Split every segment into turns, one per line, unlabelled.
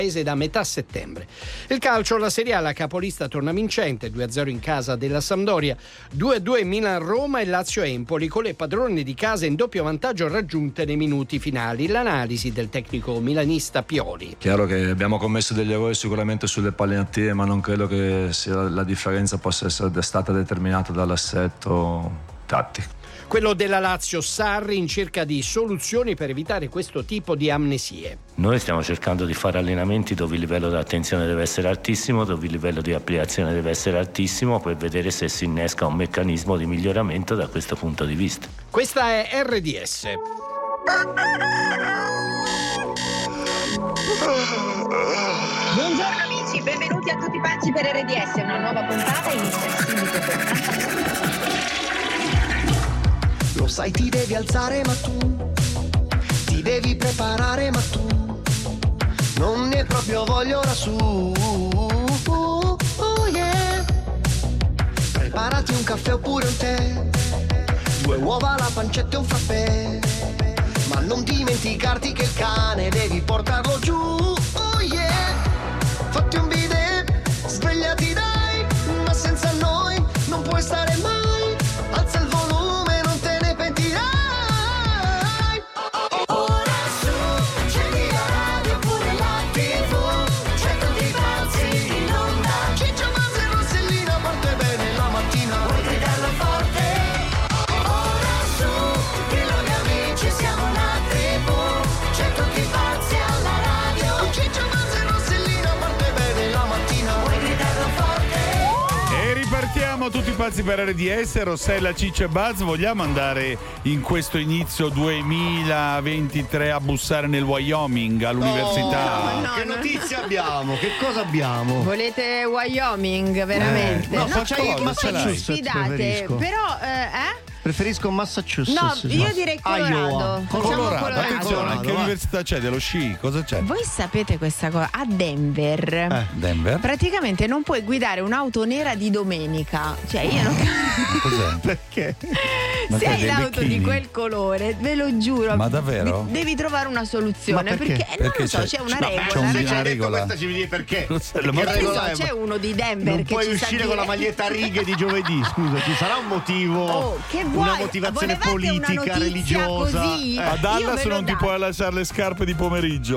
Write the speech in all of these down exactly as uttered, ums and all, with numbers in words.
da metà settembre. Il calcio, la Serie A, la capolista torna vincente, due a zero in casa della Sampdoria, due a due Milan-Roma e Lazio-Empoli, con le padrone di casa in doppio vantaggio raggiunte nei minuti finali. L'analisi del tecnico milanista Pioli.
Chiaro che abbiamo commesso degli errori sicuramente sulle palle inattive, ma non credo che sia la differenza possa essere stata determinata dall'assetto tattico.
Quello della Lazio, Sarri in cerca di soluzioni per evitare questo tipo di amnesie.
Noi stiamo cercando di fare allenamenti dove il livello di attenzione deve essere altissimo, dove il livello di applicazione deve essere altissimo, per vedere se si innesca un meccanismo di miglioramento da questo punto di vista.
Questa è R D S.
Buongiorno amici, benvenuti a Tutti Pazzi per R D S, una nuova puntata inizia subito per...
Lo sai, ti devi alzare ma tu ti devi preparare ma tu non ne hai proprio voglia ora su. Oh, oh yeah. Preparati un caffè oppure un tè, due uova, la pancetta e un frappè, ma non dimenticarti che il cane devi portarlo giù. Oh yeah. Fatti un bidet, svegliati dai, ma senza noi non puoi stare mai. Alza il volume, non te ne pentirai. Ora su, accendi la radio pure la tivù, c'è Tutti Pazzi in onda. Ciccio, Buzz e Rossellino, parte bene la mattina, vuoi gridarlo forte? Ora su, dillo agli amici, siamo una tribù, c'è Tutti Pazzi alla radio. Ciccio, Buzz e Rossellino, parte bene la mattina, vuoi gridarlo forte?
E ripartiamo Tutti Pazzi per R D S, Rossella, Ciccio e Buzz. Vogliamo andare in questo inizio duemilaventitré a bussare nel Wyoming all'università?
Oh, no, che notizie no. abbiamo? Che cosa abbiamo?
Volete Wyoming, veramente?
Eh, no,
no,
facciamo
poi
Massachusetts,
sfidate,
preferisco.
però eh, eh?
Preferisco Massachusetts.
No, io direi Colorado.
Iowa.
Facciamo
Colorado,
Colorado.
attenzione, che università c'è dello sci? Cosa c'è?
Voi sapete questa cosa? A Denver,
Eh, Denver?
praticamente non puoi guidare un'auto nera di domenica. Cioè io non
Cos'è?
Perché?
Ma
se
che,
hai
dei
l'auto
becchini?
di quel colore, ve lo giuro.
Ma davvero?
de- Devi trovare una soluzione.
Ma perché?
Perché, eh, non
Perché
lo so,
c'è-
c'è una
no,
regola.
c'è un-
una
Se
una
ci hai detto
regola.
questa ci devi dire perché.
Rossella, ma
Che
Che ne
regola
so,
è?
c'è uno di Denver
Non
che
puoi
ci sa
uscire con
dire-
la maglietta a righe di giovedì, scusa, ci sarà un motivo,
Oh, che vuoi?
una motivazione
Volevate
politica,
una notizia
religiosa.
così?
Eh.
A
Io
Dallas
ve l'ho
non ti
dato.
puoi lasciare le scarpe di pomeriggio.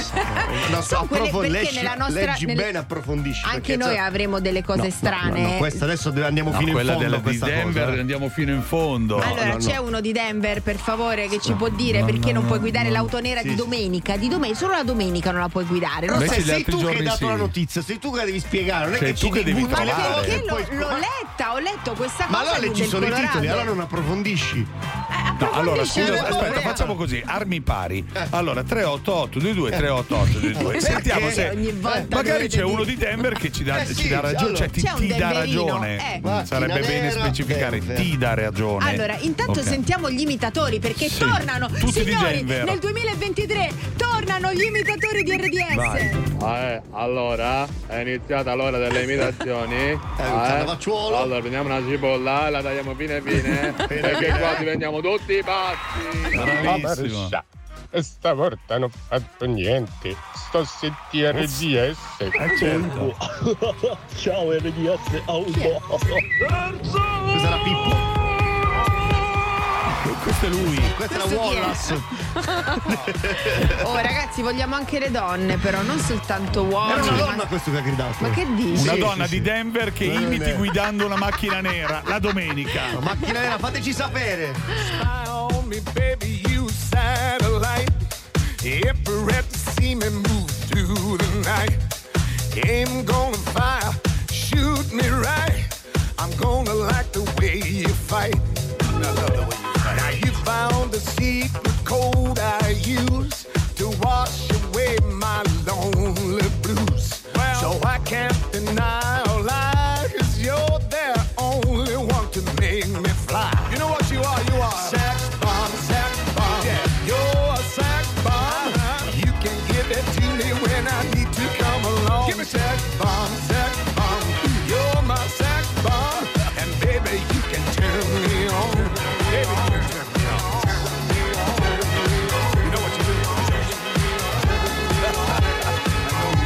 No,
Sono quelle-
approfo-
perché
leggi,
nella nostra-
leggi
nel-
bene, approfondisci.
Anche
perché,
noi
cioè,
avremo delle cose
no, no,
strane.
No, no, questa adesso dove andiamo
No,
fino in
quella
fondo
della, di
questa
Denver
cosa, eh.
andiamo fino in fondo.
Allora,
no, no.
c'è uno di Denver, per favore, che ci può dire
No,
perché
no,
non puoi
no,
guidare
no.
l'auto nera
Sì,
di
sì.
domenica? Di domenica, solo la domenica non la puoi guidare. Non
Invece
so
gli
sei
altri
tu che hai
giorni
dato
sì.
la notizia, sei tu che la devi spiegare, non è
Sei
che
tu
ci
che devi
butti le
trovare.
cose
perché
e
l'ho,
poi-
l'ho letta, ho letto questa
Ma
cosa
allora leggi
del
solo i
Colorado.
titoli, allora non approfondisci.
No, allora
Approfondisci,
scusa,
non è
aspetta,
vero.
facciamo così, armi pari. Allora tre otto otto due due tre otto otto due due. Sentiamo
Perché
se
ogni volta
magari
dovete
c'è uno
dire-
di Denver che ci dà,
Eh sì,
ci dà ragione,
allora.
cioè ti,
C'è un
ti dà
denverino,
ragione.
eh.
Macchina
Sarebbe bene
nera,
specificare,
Denver.
ti dà ragione.
Allora, intanto
Ok.
sentiamo gli imitatori perché
Sì,
tornano,
tutti di
signori,
Denver.
nel duemilaventitré tornano gli imitatori di R D S.
Vai.
Ah, eh, allora è iniziata l'ora delle imitazioni.
Eh, un cannavacciuolo.
Allora prendiamo una cipolla, la tagliamo fine fine, perché qua diventiamo tutti pazzi.
Bravissimo.
E stavolta non ho fatto niente. Sto a sentire R D S.
Eh, certo.
Ciao R D S auto.
Questa era Pippo,
Questo è lui.
questa era
Questo chi è?
Wallace.
Oh ragazzi, vogliamo anche le donne, però non soltanto
Era
uomini.
una
ma-
donna questo che ha gridato.
Ma che dici?
Una
Sì,
donna
sì,
di
sì.
Denver che
Non
imiti
è-
guidando una macchina nera la domenica.
La macchina nera, fateci sapere.
on me, baby, you satellite. Every to see me move through the night. Aim gonna fire, shoot me right. I'm gonna like the way you fight. I love the way you fight. Now you found the secret code I use to wash away my lonely blues. So I can't deny or lie, 'cause you're the only one to make me fly. You know what you are? You are sex bomb, sex bomb. Yeah, you're a sex bomb. You can give it to me when I need to come along. Give me sex bomb, sex bomb. You're my sex bomb, and baby you can turn me on. Baby, you can turn me on. You know what you do?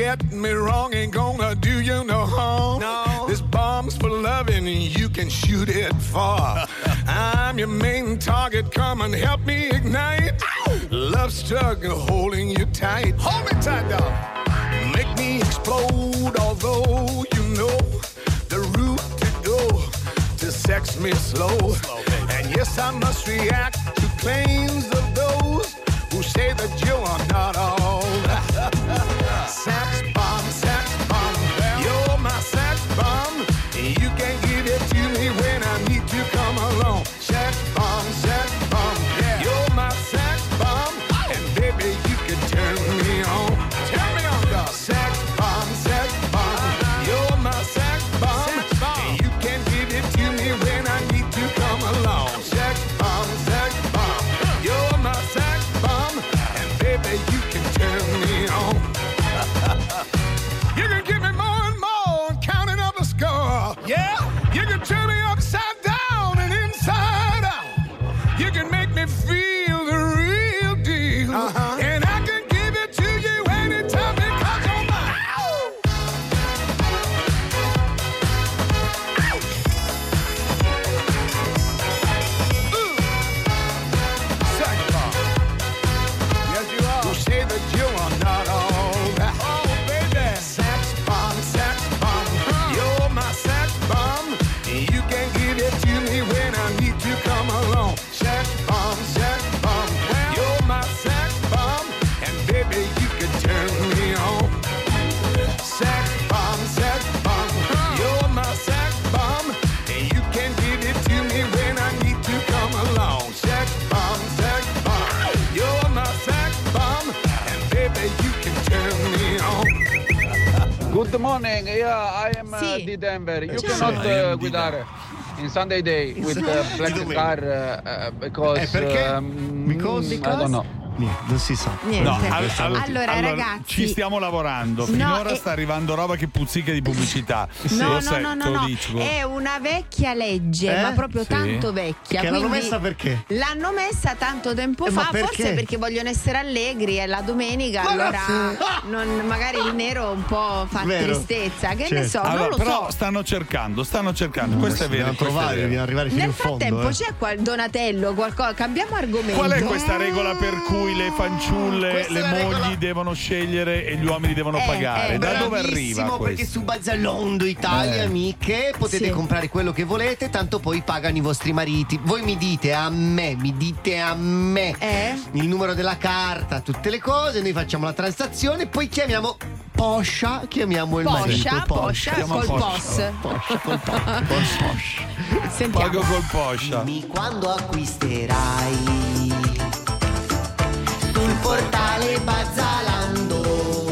get me wrong, ain't gonna do you no harm. No. This bomb's for loving, you can shoot it far. I'm your main target, come and help me ignite. Love struggle holding you tight. Hold me tight, dog. Make me explode, although you know the route to go to sex me slow. And yes, I must react to claims of those who say that you are not all. Sex bomb, sex bomb, you're my sex bomb. You can give it to me when I need to come along. Sex bomb, sex bomb, yeah. You're my sex bomb, and baby you can turn me on. Turn me on, dog. Sex bomb, sex bomb, you're my sex bomb. And you can give it to me when I need to come along. Sex bomb, sex bomb, you're my sex bomb, and baby you can turn me on. You can give me more and more, counting up the score. Yeah, you can turn me upside down and inside out. You can make me feel the real deal, uh-huh. And I can give it to you anytime because you're mine. Ooh. Sex bomb. Yes, you are. Who say that you are not all that? Oh, baby. Sex bomb, sex bomb. You're my sex bomb. You can give it to me when I need to come along. Sex bomb, sex bomb. You're my sex bomb. And baby, you can turn me on. Sex bomb, sex bomb. You're my sex bomb. And you can give it to me when I need to come along. Sex bomb, sex bomb. You're my sex bomb. And baby, you can turn me on.
Good morning, yeah, I am uh,
Sì.
di Denver. You
Ciao.
cannot uh, guidare in Sunday day with uh, black car uh, uh, because,
Eh, perché?
um,
Because?
I don't know.
Niente, non si sa.
Niente.
No, al- al-
allora, ragazzi,
ci stiamo lavorando.
No,
Finora
e-
sta arrivando roba che puzzica di pubblicità.
No,
Lo
no,
sai,
no,
te
no,
lo
no,
dico.
è una vecchia legge,
Eh?
ma proprio
Sì.
tanto vecchia.
Che l'hanno
quindi
messa perché?
L'hanno messa tanto tempo
Eh, ma
fa,
perché?
forse perché vogliono essere allegri, è la domenica,
Ma
allora
no.
non- magari il nero un po' fa
Vero.
tristezza, che ne
Certo.
so,
Allora,
non lo
però
so.
stanno cercando, stanno cercando. Questo è vero.
Dobbiamo
questo è
trovare,
vero.
dobbiamo arrivare fino
Nel
in fondo.
frattempo
eh.
c'è qua il Donatello, qualcosa, cambiamo argomento.
Qual è questa regola per cui le fanciulle,
Questa
le
è la
mogli
regola-
devono scegliere e gli uomini devono
Eh,
pagare?
eh,
Da dove
Bravissimo,
arriva
perché
questo?
su Bazzalondo Italia,
Eh.
amiche, potete
Sì.
comprare quello che volete, tanto poi pagano i vostri mariti. Voi mi dite a me, mi dite a me
Eh?
il numero della carta, tutte le cose, noi facciamo la transazione, poi chiamiamo Poscia, chiamiamo il marito.
Poscia, Poscia
Chiama
col
Poscia.
POS.
Poscia col po- Poscia.
Sentiamo.
Pago col Poscia.
Dimmi quando acquisterai sul portale Bazzalando,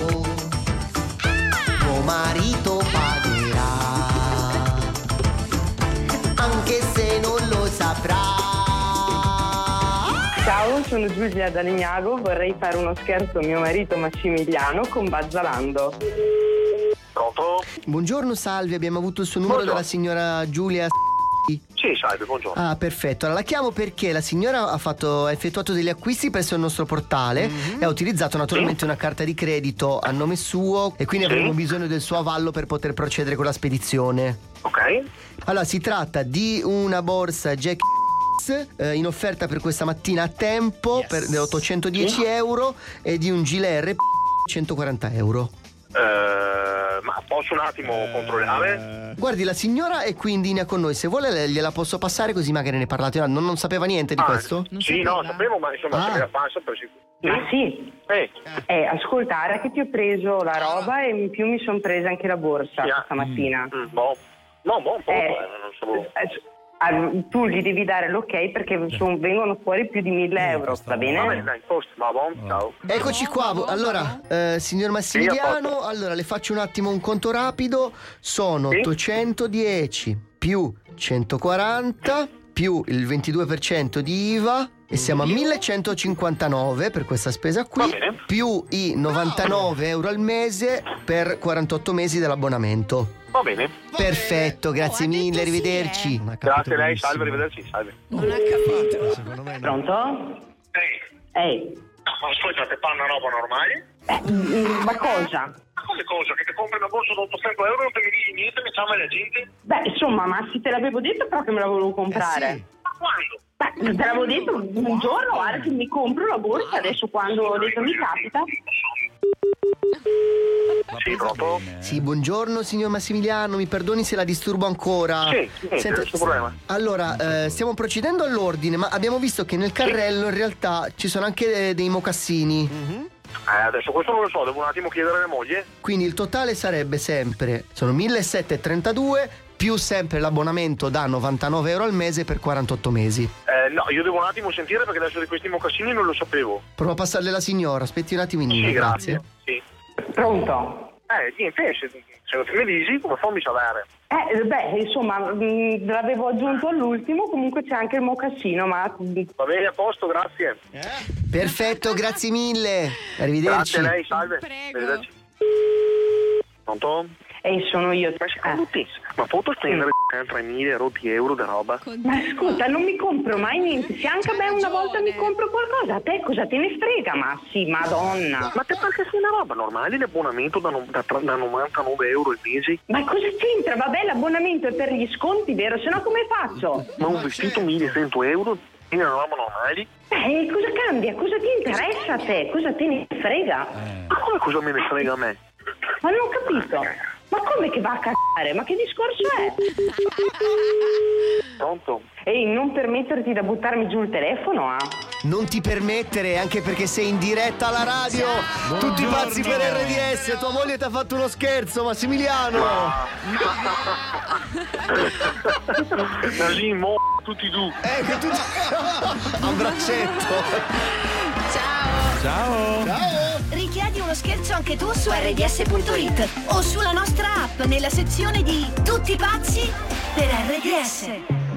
tuo marito pagherà, anche se non lo saprà.
Ciao, sono Giulia da Legnago, vorrei fare uno scherzo a mio marito Massimiliano con Bazzalando.
Pronto?
Buongiorno, salve, abbiamo avuto il suo numero
Buongiorno.
dalla signora Giulia.
Sì, salve, buongiorno.
Ah, perfetto. Allora, la chiamo perché la signora ha, fatto, ha effettuato degli acquisti presso il nostro portale e ha utilizzato naturalmente una carta di credito a nome suo e quindi
Sì.
avremo bisogno del suo avallo per poter procedere con la spedizione.
Ok.
Allora, si tratta di una borsa Jack eh, in offerta per questa mattina a tempo per ottocentodieci euro e di un gilet R P centoquaranta euro.
Eh, ma posso un attimo controllare?
Guardi, la signora è qui in linea con noi. Se vuole le- gliela posso passare così magari ne parlate. Non, non sapeva niente di
Ah,
questo?
sì, no, sapevo, ma insomma,
Ah.
se me la passa per sicuro.
Ma sì,
Eh,
eh, ascolta, ora che ti ho preso la roba e in più mi sono presa anche la borsa
Sì, ah.
stamattina.
mm, boh. No, boh, un po',
Eh,
eh, non so.
eh, ah, tu gli devi dare l'ok perché son- vengono fuori più di mille euro, va
Va bene,
bene?
dai, posto, ma buon, ciao.
Eccoci qua. Allora, eh, signor Massimiliano, allora le faccio un attimo un conto rapido. Sono
Sì.
ottocentodieci più centoquaranta più il ventidue per cento di I V A e siamo a millecentocinquantanove per questa spesa qui,
Va bene.
più i novantanove euro al mese per quarantotto mesi dell'abbonamento.
Va bene.
Perfetto, grazie
Oh, ha detto
mille,
sì,
arrivederci.
eh.
Non ha capito
Grazie a lei,
benissimo.
salve, arrivederci, salve.
Non ha capito.
Secondo me no.
Pronto?
Ehi,
Ehi,
ma ascolta, te fanno una roba normale?
eh, mm, ma cosa?
quale cosa? Che ti compri una borsa da ottocento euro non te ne dici niente, ne chiama la gente?
Beh, insomma, ma se te l'avevo detto però che me la volevo comprare.
Eh sì. Ma quando?
Beh, te l'avevo detto un giorno, guarda che mi compro la borsa, adesso quando ho detto mi capita.
Sì, pronto?
Sì, buongiorno signor Massimiliano, mi perdoni se la disturbo ancora.
Sì, sì,
Senta,
nessun problema.
Allora, eh, stiamo procedendo all'ordine, ma abbiamo visto che nel carrello in realtà ci sono anche dei mocassini.
Mm-hmm. Eh, adesso questo non lo so, devo un attimo chiedere a mia moglie.
Quindi il totale sarebbe sempre, sono millesettecentotrentadue più sempre l'abbonamento da novantanove euro al mese per quarantotto mesi.
Eh, no, io devo un attimo sentire perché adesso di questi mocassini non lo sapevo.
Provo a passarle la signora, aspetti un attimino.
Sì,
grazie.
grazie. Sì.
Pronto?
Eh, niente, se, se non te ne dici, come fammi sapere?
Eh, beh, insomma, mh, l'avevo aggiunto all'ultimo, comunque c'è anche il mocassino, ma...
Va bene, a posto, grazie.
Perfetto, grazie mille. Arrivederci.
Grazie a lei, salve. Arrivederci. Pronto?
E sono io.
Ma secondo te, ma posso spendere tremila euro di roba?
Ma ascolta, non mi compro mai niente. Se anche a me una volta mi compro qualcosa, a te cosa te ne frega? Ma sì, madonna.
Ma te perché sei una roba normale l'abbonamento da, da, da novantanove euro al mese?
Ma cosa c'entra? Vabbè, l'abbonamento è per gli sconti, vero? Se no come faccio?
Ma un vestito millecento euro? È una roba normale?
Eh, cosa cambia? Cosa ti interessa a te? Cosa te ne frega?
Ma come cosa me ne frega a me?
Ma non ho capito. Ma come che va a cagare? Ma che discorso è?
Pronto?
Ehi, non permetterti da buttarmi giù il telefono, ah?
Non ti permettere, anche perché sei in diretta alla radio.
Ciao.
Tutti
Buongiorno.
pazzi per R D S. Tua moglie ti ha fatto uno scherzo, Massimiliano.
Così, mo, tutti tu.
Eh, che tutti... Un braccetto.
Ciao.
Ciao.
Ciao.
Richiedi uno scherzo anche tu su R D S punto it o sulla nostra app nella sezione di Tutti pazzi per R D S.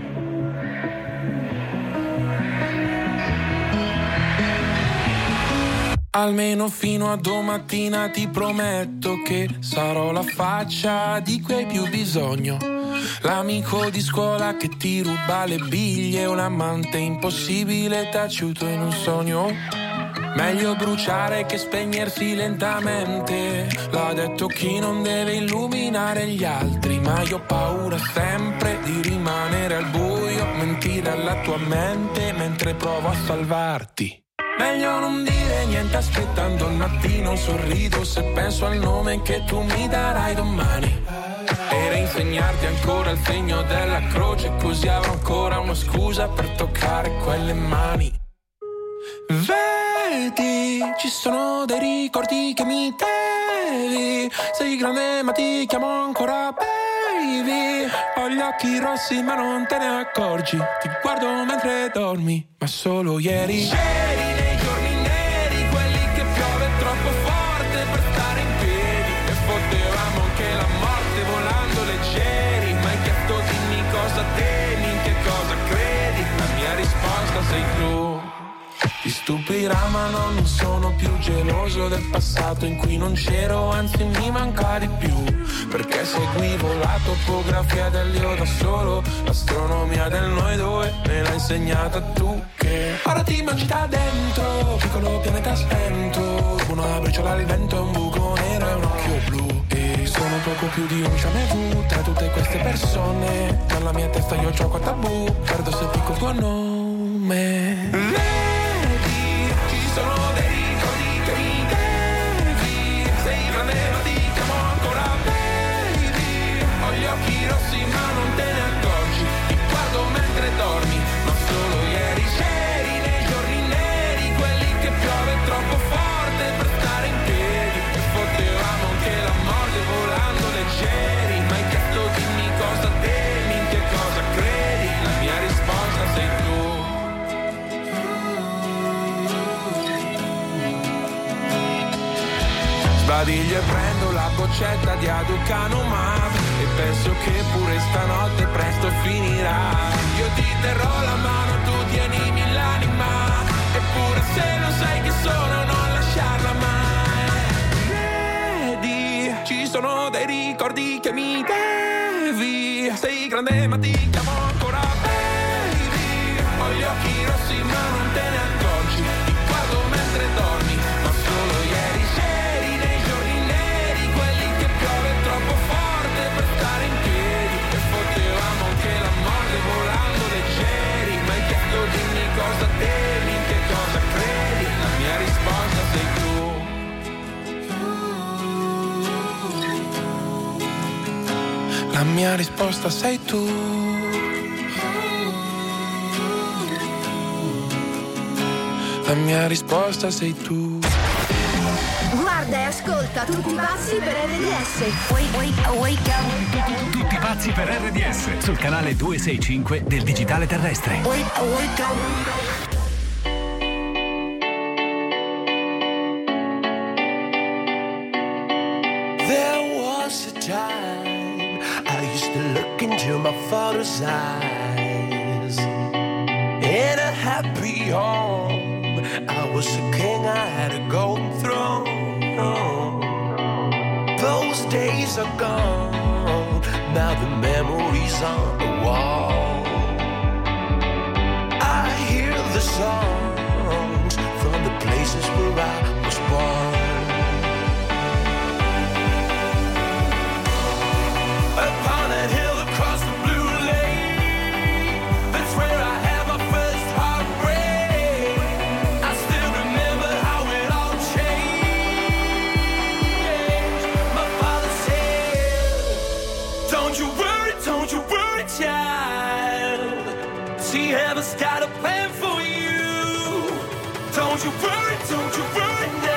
Almeno fino a domattina ti prometto che sarò la faccia di cui hai più bisogno. L'amico di scuola che ti ruba le biglie, un amante impossibile taciuto in un sogno. Meglio bruciare che spegnersi lentamente, l'ha detto chi non deve illuminare gli altri. Ma io ho paura sempre di rimanere al buio, mentire alla tua mente mentre provo a salvarti. Meglio non dire niente aspettando il mattino, sorrido se penso al nome che tu mi darai domani. E reinsegnarti ancora il segno della croce, così avrò ancora una scusa per toccare quelle mani. Vedi, ci sono dei ricordi che mi devi. Sei grande ma ti chiamo ancora baby. Ho gli occhi rossi ma non te ne accorgi. Ti guardo mentre dormi, ma solo ieri. C'eri nei giorni neri, quelli che piove troppo forte per stare in piedi. E potevamo anche la morte volando leggeri. Ma hai chiesto dimmi cosa temi, in che cosa credi. La mia risposta sei tu. Ti stupirà ma no, non sono più geloso del passato in cui non c'ero, anzi mi manca di più. Perché seguivo la topografia dell'io da solo, l'astronomia del noi due me l'ha insegnata tu. Che ora ti mangi da dentro, piccolo pianeta spento, una briciola al vento e un buco nero e un occhio blu. E sono poco più di un jamais vu tra tutte queste persone. Nella mia testa io gioco a tabù, perdo se dico il tuo nome. Sono dei ricordi che mi devi. Sei grande ma ti chiamo ancora baby. Ho gli occhi rossi ma non te ne accorgi. Ti guardo mentre dormi, ma solo ieri c'eri nei giorni neri, quelli che piove troppo forte per stare in piedi. E potevamo anche la morte volando leggeri. Ma hai chiesto dimmi cosa temi, in che cosa credi. La mia risposta sei tu. Sbadiglio e prendo la boccetta di Aducanumab e penso che pure stanotte presto finirà. Io ti terrò la mano, tu tienimi l'anima, eppure se lo sai che sono non lasciarla mai. Vedi, ci sono dei ricordi che mi devi. Sei grande ma ti chiamo ancora baby. Ho gli occhi rossi ma non te ne accorgi. Ti guardo mentre dormi, ma solo ieri c'eri nei giorni neri, La mia risposta sei tu. La mia risposta sei tu.
Guarda e ascolta Tutti pazzi per R D S. Wake, wake, wake up.
Tutti pazzi per R D S sul canale duecentosessantacinque del digitale terrestre.
Wake, wake up.
Time I used to look into my father's eyes. In a happy home, I was a king, I had a golden throne. Those days are gone, now the memories on the wall. I hear the songs from the places where I was born. Upon a hill across the blue lake, that's where I had my first heartbreak. I still remember how it all changed. My father said, don't you worry, don't you worry, child. See, heaven's got a plan for you. Don't you worry, don't you worry now.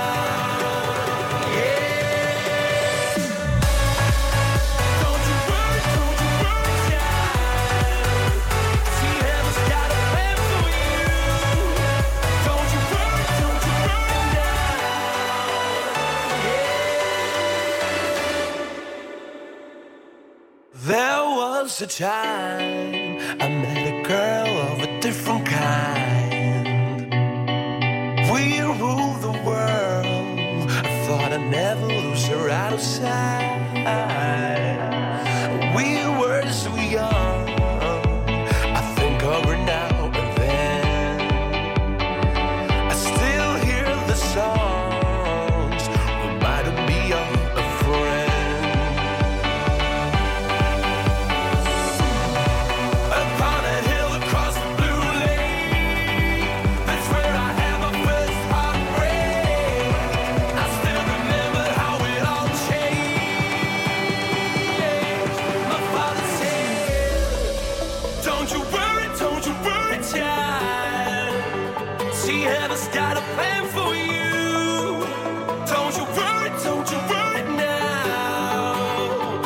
There was a time I met a girl of a different kind. We ruled the world. I thought I'd never lose her out of sight. We were so young. I think of her now and then. I still hear the songs reminding me of a friend. Got a plan for you. Don't you worry, don't you worry now.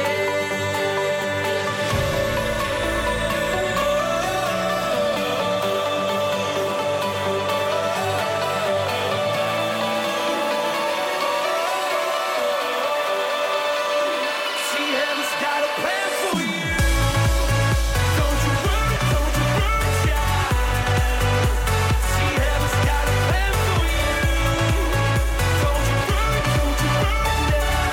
See, heaven's got a plan for you. Don't you worry, don't you worry, child. See, heaven's got a plan for you. Don't you worry, don't you worry now.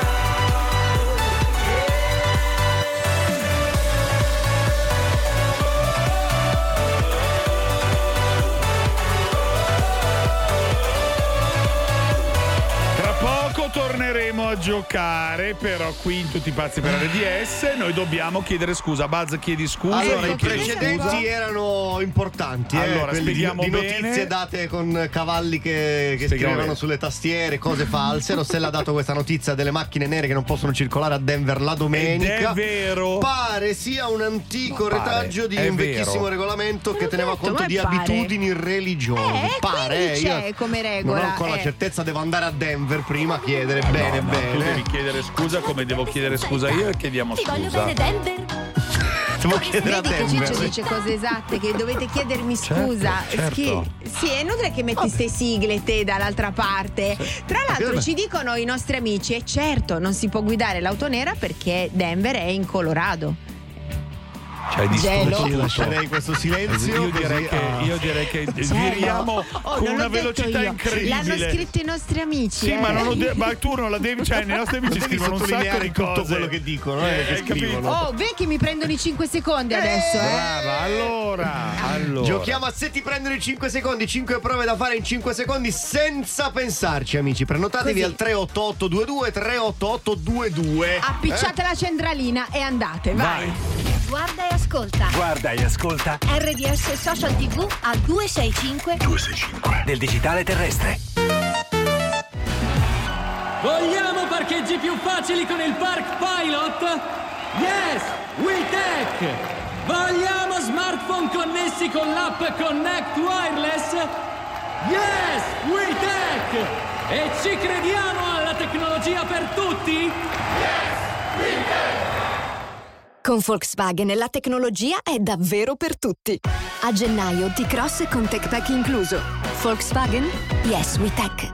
Tra poco torneremo a giocare, però qui in Tutti pazzi per R D S noi dobbiamo chiedere scusa. Buzz, chiedi scusa.
Allora,
io
i
chiedo
precedenti
scusa.
erano importanti. eh,
Allora,
quelli
spieghiamo
di, di
bene.
notizie date con cavalli che, che
Spieghiamo
scrivevano
bene.
sulle tastiere, cose false. Rossella ha dato questa notizia delle macchine nere che non possono circolare a Denver la domenica.
Ed è vero.
Pare sia un antico
Pare,
retaggio di
è
un vecchissimo
vero.
regolamento che
L'ho
teneva
detto,
conto
ma
di
pare.
abitudini religiose.
Eh,
Pare,
quindi
eh,
c'è
io
come regola,
non ho ancora
eh.
la certezza, devo andare a Denver prima a chiedere bene
No, no,
bene.
tu devi chiedere scusa come devo chiedere scusa io e chiediamo
Ti voglio
scusa.
bene, Denver.
Devo chiedere a
Vedi che
Denver.
Ciccio dice cose esatte, che dovete chiedermi scusa.
certo.
Schi- sì, è inutile che metti ste sigle te dall'altra parte. Tra l'altro
Vabbè.
ci dicono i nostri amici, e certo, non si può guidare l'auto nera perché Denver è in Colorado.
Cioè, di
Gelo.
tutto.
Io lascerei questo silenzio.
Io direi
così,
che,
ah.
io direi che
Gelo.
viriamo
Oh,
con
non
una
l'ho detto
velocità
io.
incredibile.
L'hanno scritto i nostri amici.
Sì,
eh.
ma, non lo de- ma tu non la devi, cioè, nei nostri amici
Non devi
scrivono un sacco
sottolineare
di
tutto
cose.
quello che dicono, eh, che
hai capito?
scrivono.
Oh, vedi che mi prendono i cinque secondi adesso, eh?
Brava, allora, allora.
Giochiamo a se ti prendono i cinque secondi, cinque prove da fare in cinque secondi senza pensarci, amici. Prenotatevi
Così.
al tre otto otto due due tre otto otto due due.
Appicciate la centralina e andate, vai.
Guarda e ascolta.
Guarda e ascolta
R D S Social T V a duecentosessantacinque
del digitale terrestre.
Vogliamo parcheggi più facili con il Park Pilot? Yes, WeTech! Vogliamo smartphone connessi con l'app Connect Wireless? Yes, WeTech! E ci crediamo alla tecnologia per tutti? Yes, WeTech!
Con Volkswagen la tecnologia è davvero per tutti. A gennaio T-Cross con TechPack incluso. Volkswagen? Yes, WeTech.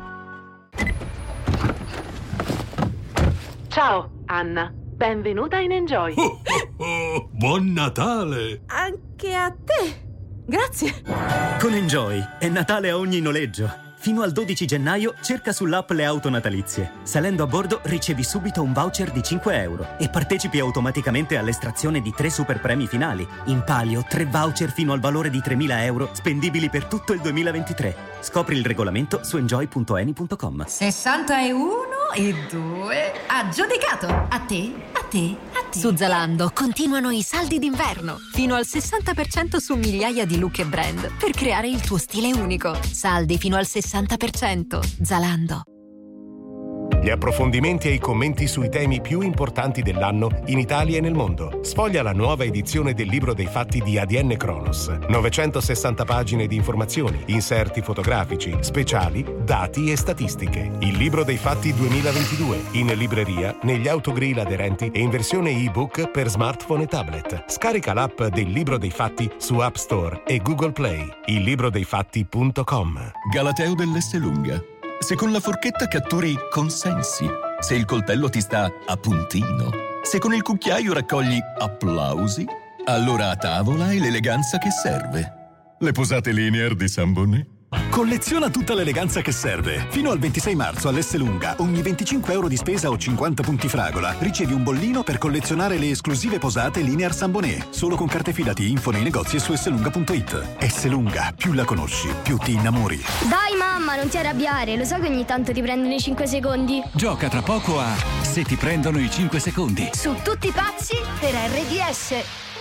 Ciao, Anna. Benvenuta in Enjoy.
Oh, oh, oh, buon Natale!
Anche a te. Grazie.
Con Enjoy è Natale a ogni noleggio. Fino al dodici gennaio cerca sull'app le auto natalizie. Salendo a bordo ricevi subito un voucher di cinque euro e partecipi automaticamente all'estrazione di tre super premi finali. In palio tre voucher fino al valore di tremila euro spendibili per tutto il duemilaventitré. Scopri il regolamento su enjoy punto eni punto com.
sessantuno e due. Aggiudicato. A te, a te, a te.
Su Zalando continuano i saldi d'inverno. Fino al sessanta per cento su migliaia di look e brand per creare il tuo stile unico. Saldi fino al sessanta per cento. Zalando.
Gli approfondimenti e i commenti sui temi più importanti dell'anno in Italia e nel mondo. Sfoglia la nuova edizione del Libro dei Fatti di A D N Cronos. novecentosessanta pagine di informazioni, inserti fotografici, speciali, dati e statistiche. Il Libro dei Fatti duemilaventidue, in libreria, negli autogrill aderenti e in versione ebook per smartphone e tablet. Scarica l'app del Libro dei Fatti su App Store e Google Play. il libro dei fatti punto com.
Galateo dell'Esselunga. Se con la forchetta catturi consensi, se il coltello ti sta a puntino, se con il cucchiaio raccogli applausi, allora a tavola è l'eleganza che serve. Le posate linear di Sambonnet?
Colleziona tutta l'eleganza che serve. Fino al ventisei marzo all'Esselunga, ogni venticinque euro di spesa o cinquanta punti fragola, ricevi un bollino per collezionare le esclusive posate Linear Sambonnet. Solo con carte fidati, info nei negozi e su esselunga punto it. Esselunga, più la conosci, più ti innamori.
Dai mamma, non ti arrabbiare, lo so che ogni tanto ti prendono i cinque secondi.
Gioca tra poco a Se ti prendono i cinque secondi.
Su Tutti pazzi per erre di esse.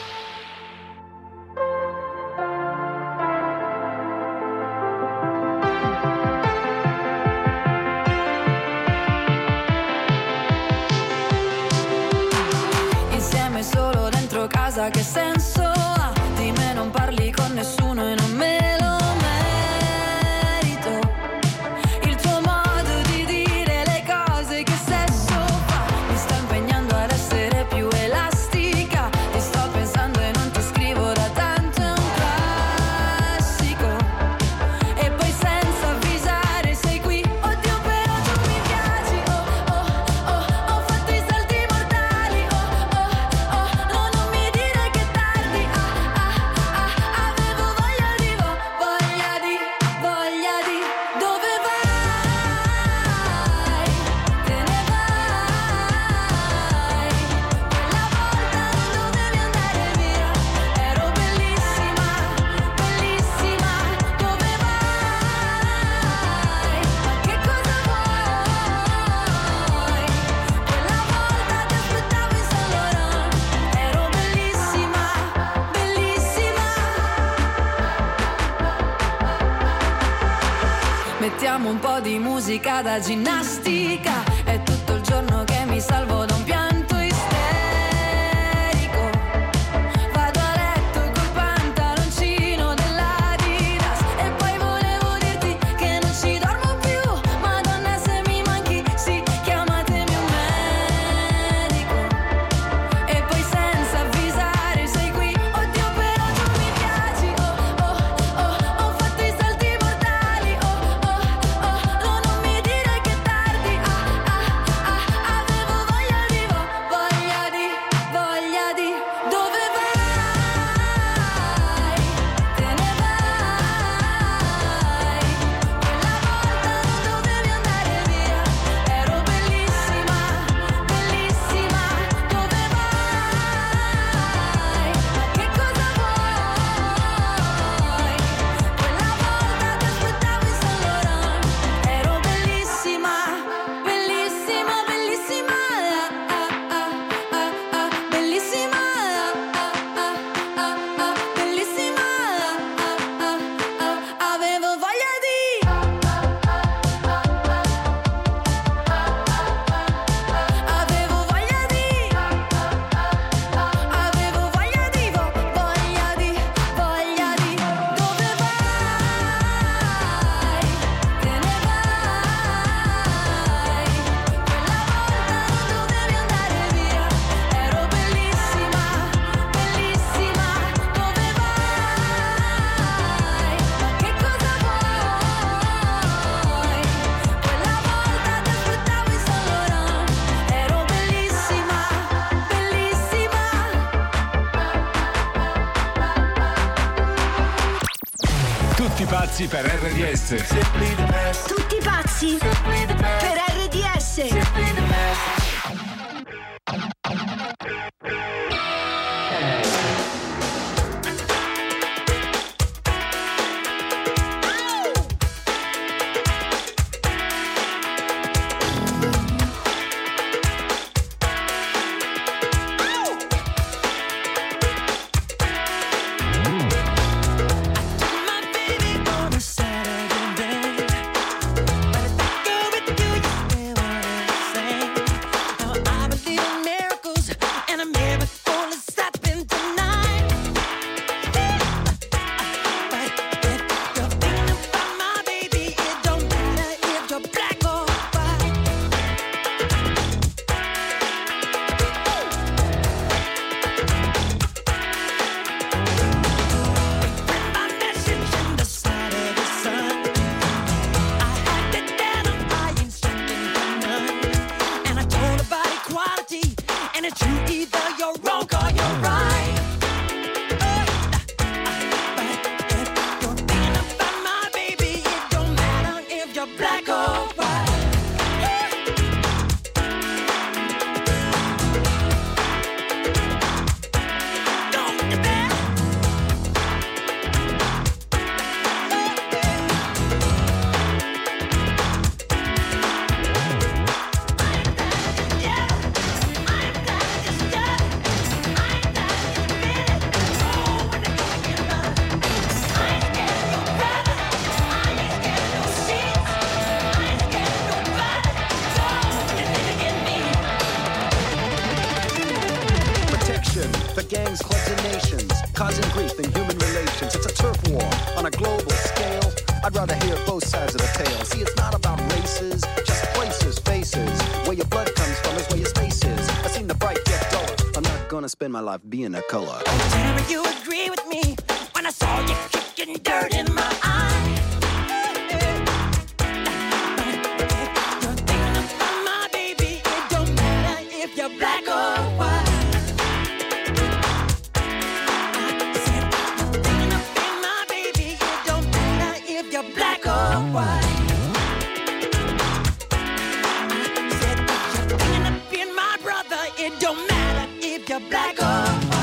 Solo dentro casa che senso ha? Di me non parli con nessuno e non me lo merito. Il tuo modo di dire le cose che sesso fa mi sta impegnando ad essere più elastica. Ti sto pensando e non ti scrivo da tanto, è un classico. E poi senza avvisare sei qui. Oddio però tu mi piaci. Oh oh oh, ho fatto i salti mortali. Oh oh oh, no non mi dire che tardi. Ah ah ah, avevo voglia di vo- voglia di, voglia di. Dove vai? Te ne vai. Quella volta non dovevi andare via. Ero bellissima, bellissima. Dove vai? Ma che cosa vuoi? Quella volta ti aspettavo in Saint Laurent. Ero bellissima, bellissima. Mettiamo un po' di musica da ginnastica. È tutto il giorno che mi salvo da un pianto isterico. Vado a letto col pantaloncino dell'Adidas. E poi volevo dirti che non ci dormo più. Madonna se mi manchi, sì, chiamatemi un medico. E poi senza avvisare sei qui. Oddio però tu mi piaci. Oh oh oh, ho fatto i salti mortali. Oh oh oh, no non mi dire che tardi. Ah ah ah, avevo voglia
pazzi per R D S.
Tutti pazzi per R D S.
gangs, clubs, and nations, causing grief in human relations. It's a turf war on a global scale. I'd rather hear both sides of the tale. See, it's not about races, just places, faces. Where your blood comes from is where your space is. I've seen the bright get duller. I'm not gonna spend my life being a color.
Tell me you agree with me when I saw you kicking dirt in my eye. You're thinking about my baby. It don't matter if you're black or white. I said you're thinking about my baby. It don't matter if you're black or white. I said you're thinking of being my brother. It don't matter if you're black or white.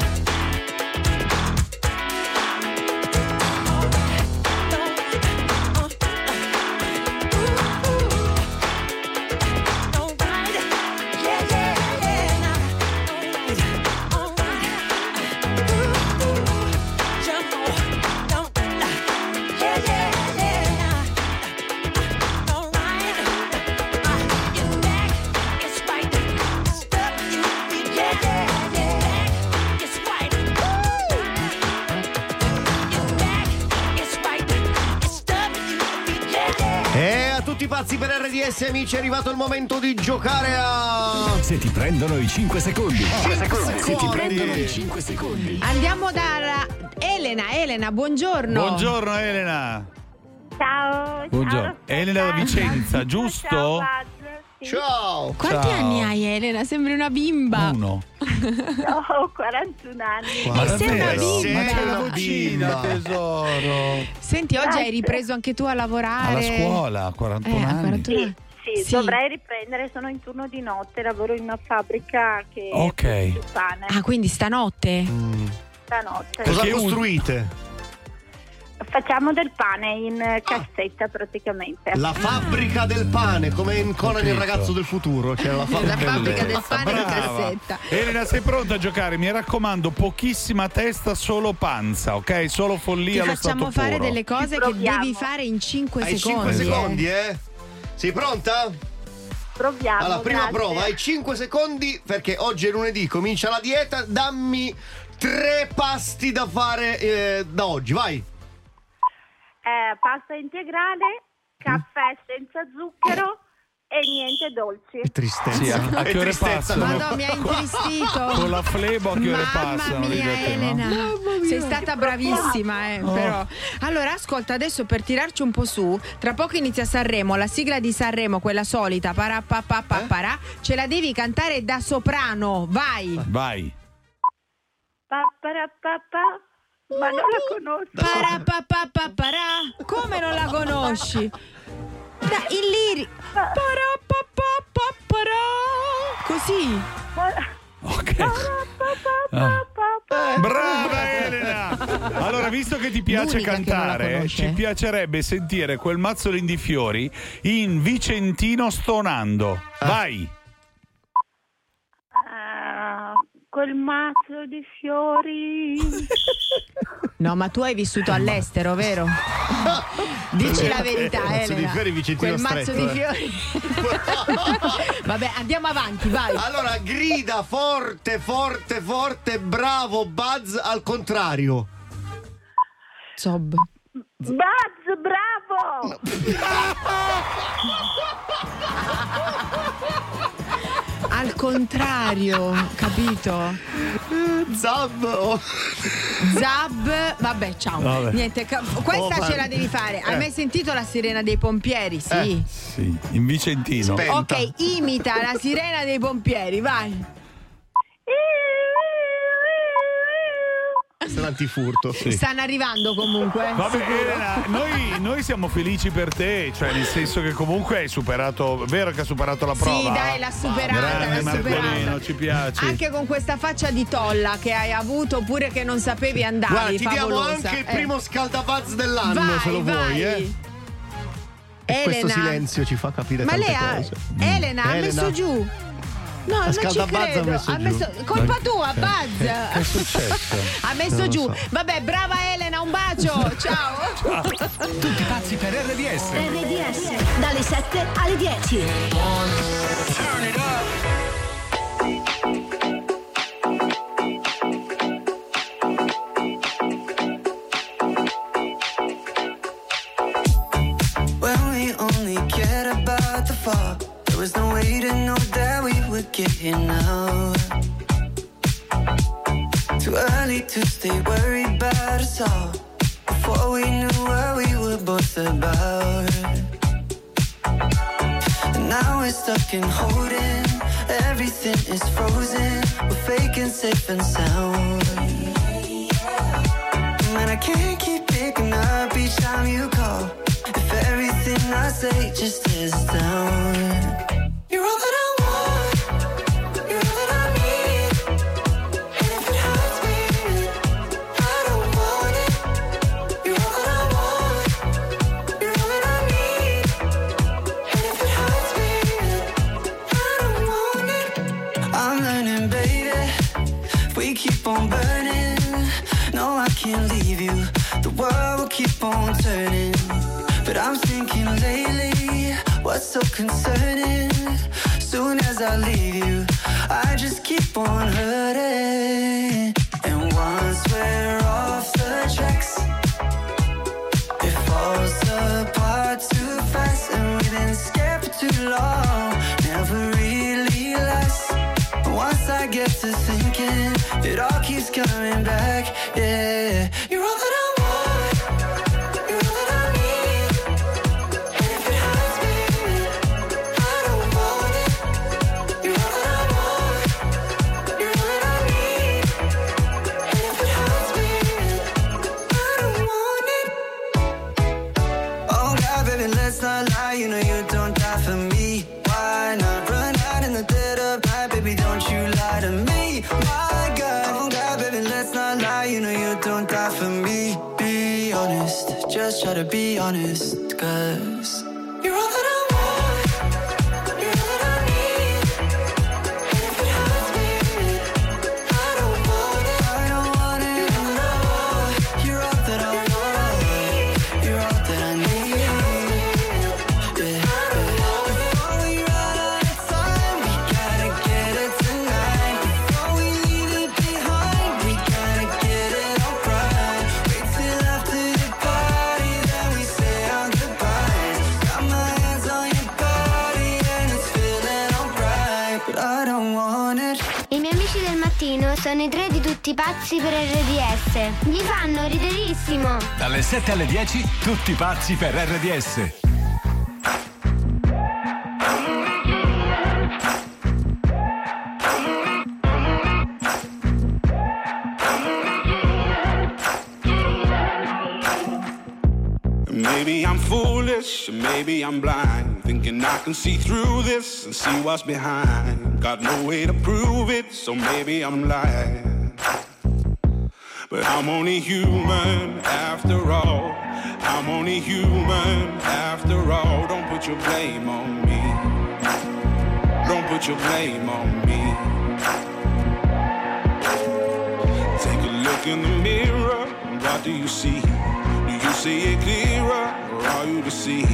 Tutti pazzi per R D S, amici, è arrivato il momento di giocare a...
Se ti prendono i cinque secondi.
cinque secondi.
Se ti prendono i cinque secondi.
Andiamo da Elena. Elena, buongiorno.
Buongiorno Elena.
Ciao.
Buongiorno.
Ciao,
Elena da Vicenza, giusto?
Ciao, Buzz. Sì.
Ciao.
Quanti
Ciao.
anni hai, Elena? Sembri una bimba.
Uno.
No, ho quarantuno anni.
Ma
sei una
davvero?
bimba.
Ma c'è la vocina,
Bimba.
tesoro.
Senti, oggi hai ripreso anche tu a lavorare.
Alla scuola, a quarantuno
Eh, a
anni.
quarantuno
Sì, sì,
Sì.
dovrei riprendere, sono in turno di notte, lavoro in una fabbrica che
Ok.
produce pane.
Ah, quindi stanotte?
Stanotte.
Cosa
Perché un-
costruite?
Facciamo del pane in cassetta praticamente.
La fabbrica del pane, come in Conan il ragazzo del futuro. C'era la fabbrica,
La fabbrica del
Bellezza.
pane in
Brava.
cassetta.
Elena, sei pronta a giocare? Mi raccomando, pochissima testa, solo panza, ok? Solo
Ti
follia allo stato
facciamo fare
puro.
delle cose
Ci
che
proviamo.
devi fare in cinque
Hai
secondi.
cinque
eh.
secondi, eh? Sei pronta?
Proviamo.
Allora, prima
grazie.
prova, hai cinque secondi perché oggi è lunedì, comincia la dieta. Dammi tre pasti da fare eh, da oggi, vai.
Eh, pasta integrale, caffè senza zucchero e niente dolci.
Tristezza.
Sì, a, a
È
che ore
tristezza,
passano?
Madonna, mi ha intristito.
Con la flebo a che ore
Mamma
passano?
mia,
Dite, no?
Elena, sei stata bravissima, eh,
Oh.
però. Allora, ascolta, adesso per tirarci un po' su, tra poco inizia Sanremo, la sigla di Sanremo, quella solita, para pa pa pa parà, ce la devi cantare da soprano, vai.
Vai.
Pa, para, pa, pa. Ma non la conosco.
Parapapapapara. Come non la conosci? Da, il liri. Parapapapapara. Così.
Ok. Ah. Brava Elena! Allora, visto che ti piace
L'unica che non la
cantare,
conosce.
ci piacerebbe sentire quel mazzolin di fiori in Vicentino Stonando. Vai!
Ah, quel mazzo di fiori.
No, ma tu hai vissuto all'estero, vero? Dici la verità,
Il mazzo
Elena.
di fiori Vicentino
Quel mazzo
stretto,
di
eh.
fiori. Vabbè, andiamo avanti, vai.
Allora, grida forte, forte, forte, bravo Buzz al contrario.
Zob.
Buzz, bravo!
Al contrario, capito?
Zab.
Zab, vabbè, ciao.
Vabbè.
Niente, ca- questa
Oh,
ce
va-
la devi fare. Hai
Eh.
mai sentito la sirena dei pompieri? Sì.
Eh, sì, in Vicentino.
Ok, imita la sirena dei pompieri, vai.
Questo è l'antifurto.
Sì.
Stanno arrivando comunque.
Vabbè,
sicuro.
Elena, noi, noi siamo felici per te, cioè nel senso che comunque hai superato, vero che ha superato la prova?
Sì, dai, l'ha superata,
Grande
l'ha superata.
Marcolino, ci piace.
Anche con questa faccia di tolla che hai avuto oppure che non sapevi andare.
Guarda, ti diamo
favolosa.
anche il
Eh.
primo scaldabuzz dell'anno,
Vai,
se lo
vai.
vuoi, eh. E questo
Elena.
silenzio ci fa capire
Ma
tante
lei ha.
cose.
Elena, ha
Elena.
messo giù. No,
La
non ci
scaldabuzz ha
credo.
messo giù.
Colpa
Ma-
tua,
che-
Buzz.
che- che è successo?
Ha messo
Non lo
giù.
so.
Vabbè, brava Elena, un bacio. Ciao.
Tutti pazzi per R D S.
R D S dalle sette alle dieci.
When we only cared about the fall, there was no way to know that we would get here now. Too early to stay worried about us all, before we knew what we were both about. And now we're stuck in holding, everything is frozen, we're faking safe and sound. Man, I can't keep picking up each time you call, if everything I say just is down. You're all that I want, you're all that I need, and if it hurts me, I don't want it. You're all that I want, you're all that I need, and if it hurts me, I don't want it. I'm learning, baby, if we keep on burning, no, I can't leave you, the world will keep on turning. But I'm thinking lately, what's so concerning? Soon as I leave you, I just keep on hurting. And once we're off the tracks, it falls apart too fast. And we've been scared for too long, never really lasts. Once I get to thinking, it all keeps coming back, yeah. You're all that I want, you're all that I need. Let's not lie, you know you don't die for me. Why not run out in the dead of night, baby, don't you lie to me. My God, oh God, baby, let's not lie, you know you don't die for me. Be honest, just try to be honest, cause you're all that I want, you're all that I need. And if it hurts me, I don't want it, I don't want it. You're all that I want, you're all that I need.
I miei amici del mattino sono i tre di tutti pazzi per R D S. Mi fanno riderissimo.
Dalle sette alle dieci, tutti pazzi per R D S.
maybe I'm foolish, or maybe I'm blind, thinking I can see through this and see what's behind. Got no way to prove it, so maybe I'm lying. But I'm only human after all. I'm only human after all. Don't put your blame on me. Don't put your blame on me. Take a look in the mirror, what do you see? Do you see it clearer, or are you deceived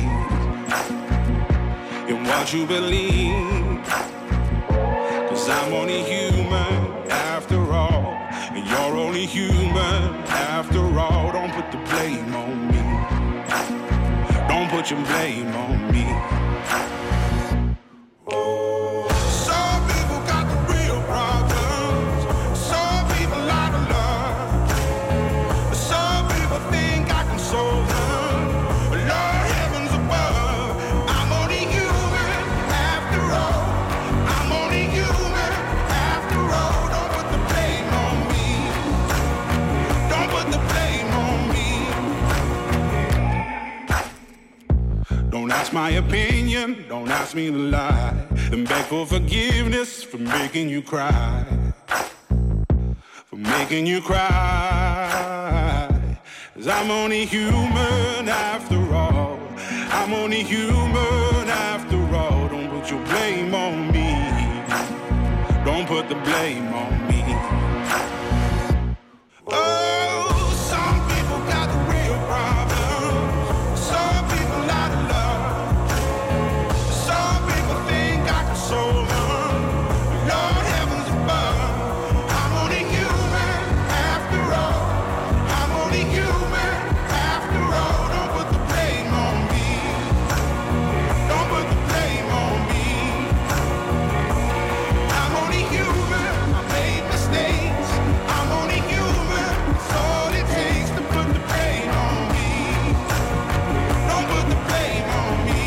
in what you believe? 'Cause I'm only human after all, and you're only human after all. Don't put the blame on me. Don't put your blame on me. Some people got the real problems. Some people out of love. Some people think I can solve them. Lord heavens above, I'm only human after all. I'm only human after all. Don't put the blame on me. Don't put the blame on me. Don't ask my opinion, don't ask me to lie, and beg for forgiveness for making you cry, for making you cry. 'Cause I'm only human after all. I'm only human after all. Don't put your blame on me. Don't put the blame on me. Oh, some people got the real problems. Some people out of love. Some people think I can solve them. Lord heavens above, I'm only human after all. I'm only human after all. Don't put the blame on me. Don't put the blame on me. I'm only human. I made mistakes. I'm only human. It's all it takes to put the blame on me. Don't put the blame on me.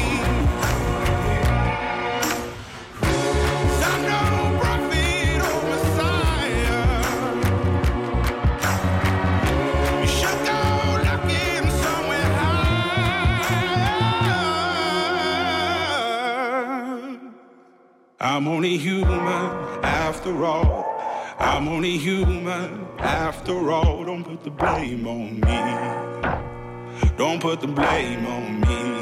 'Cause I'm no prophet or Messiah. You should go looking somewhere high. I'm only human after all. I'm only human after all. Don't put the blame on me. Don't put the blame on me.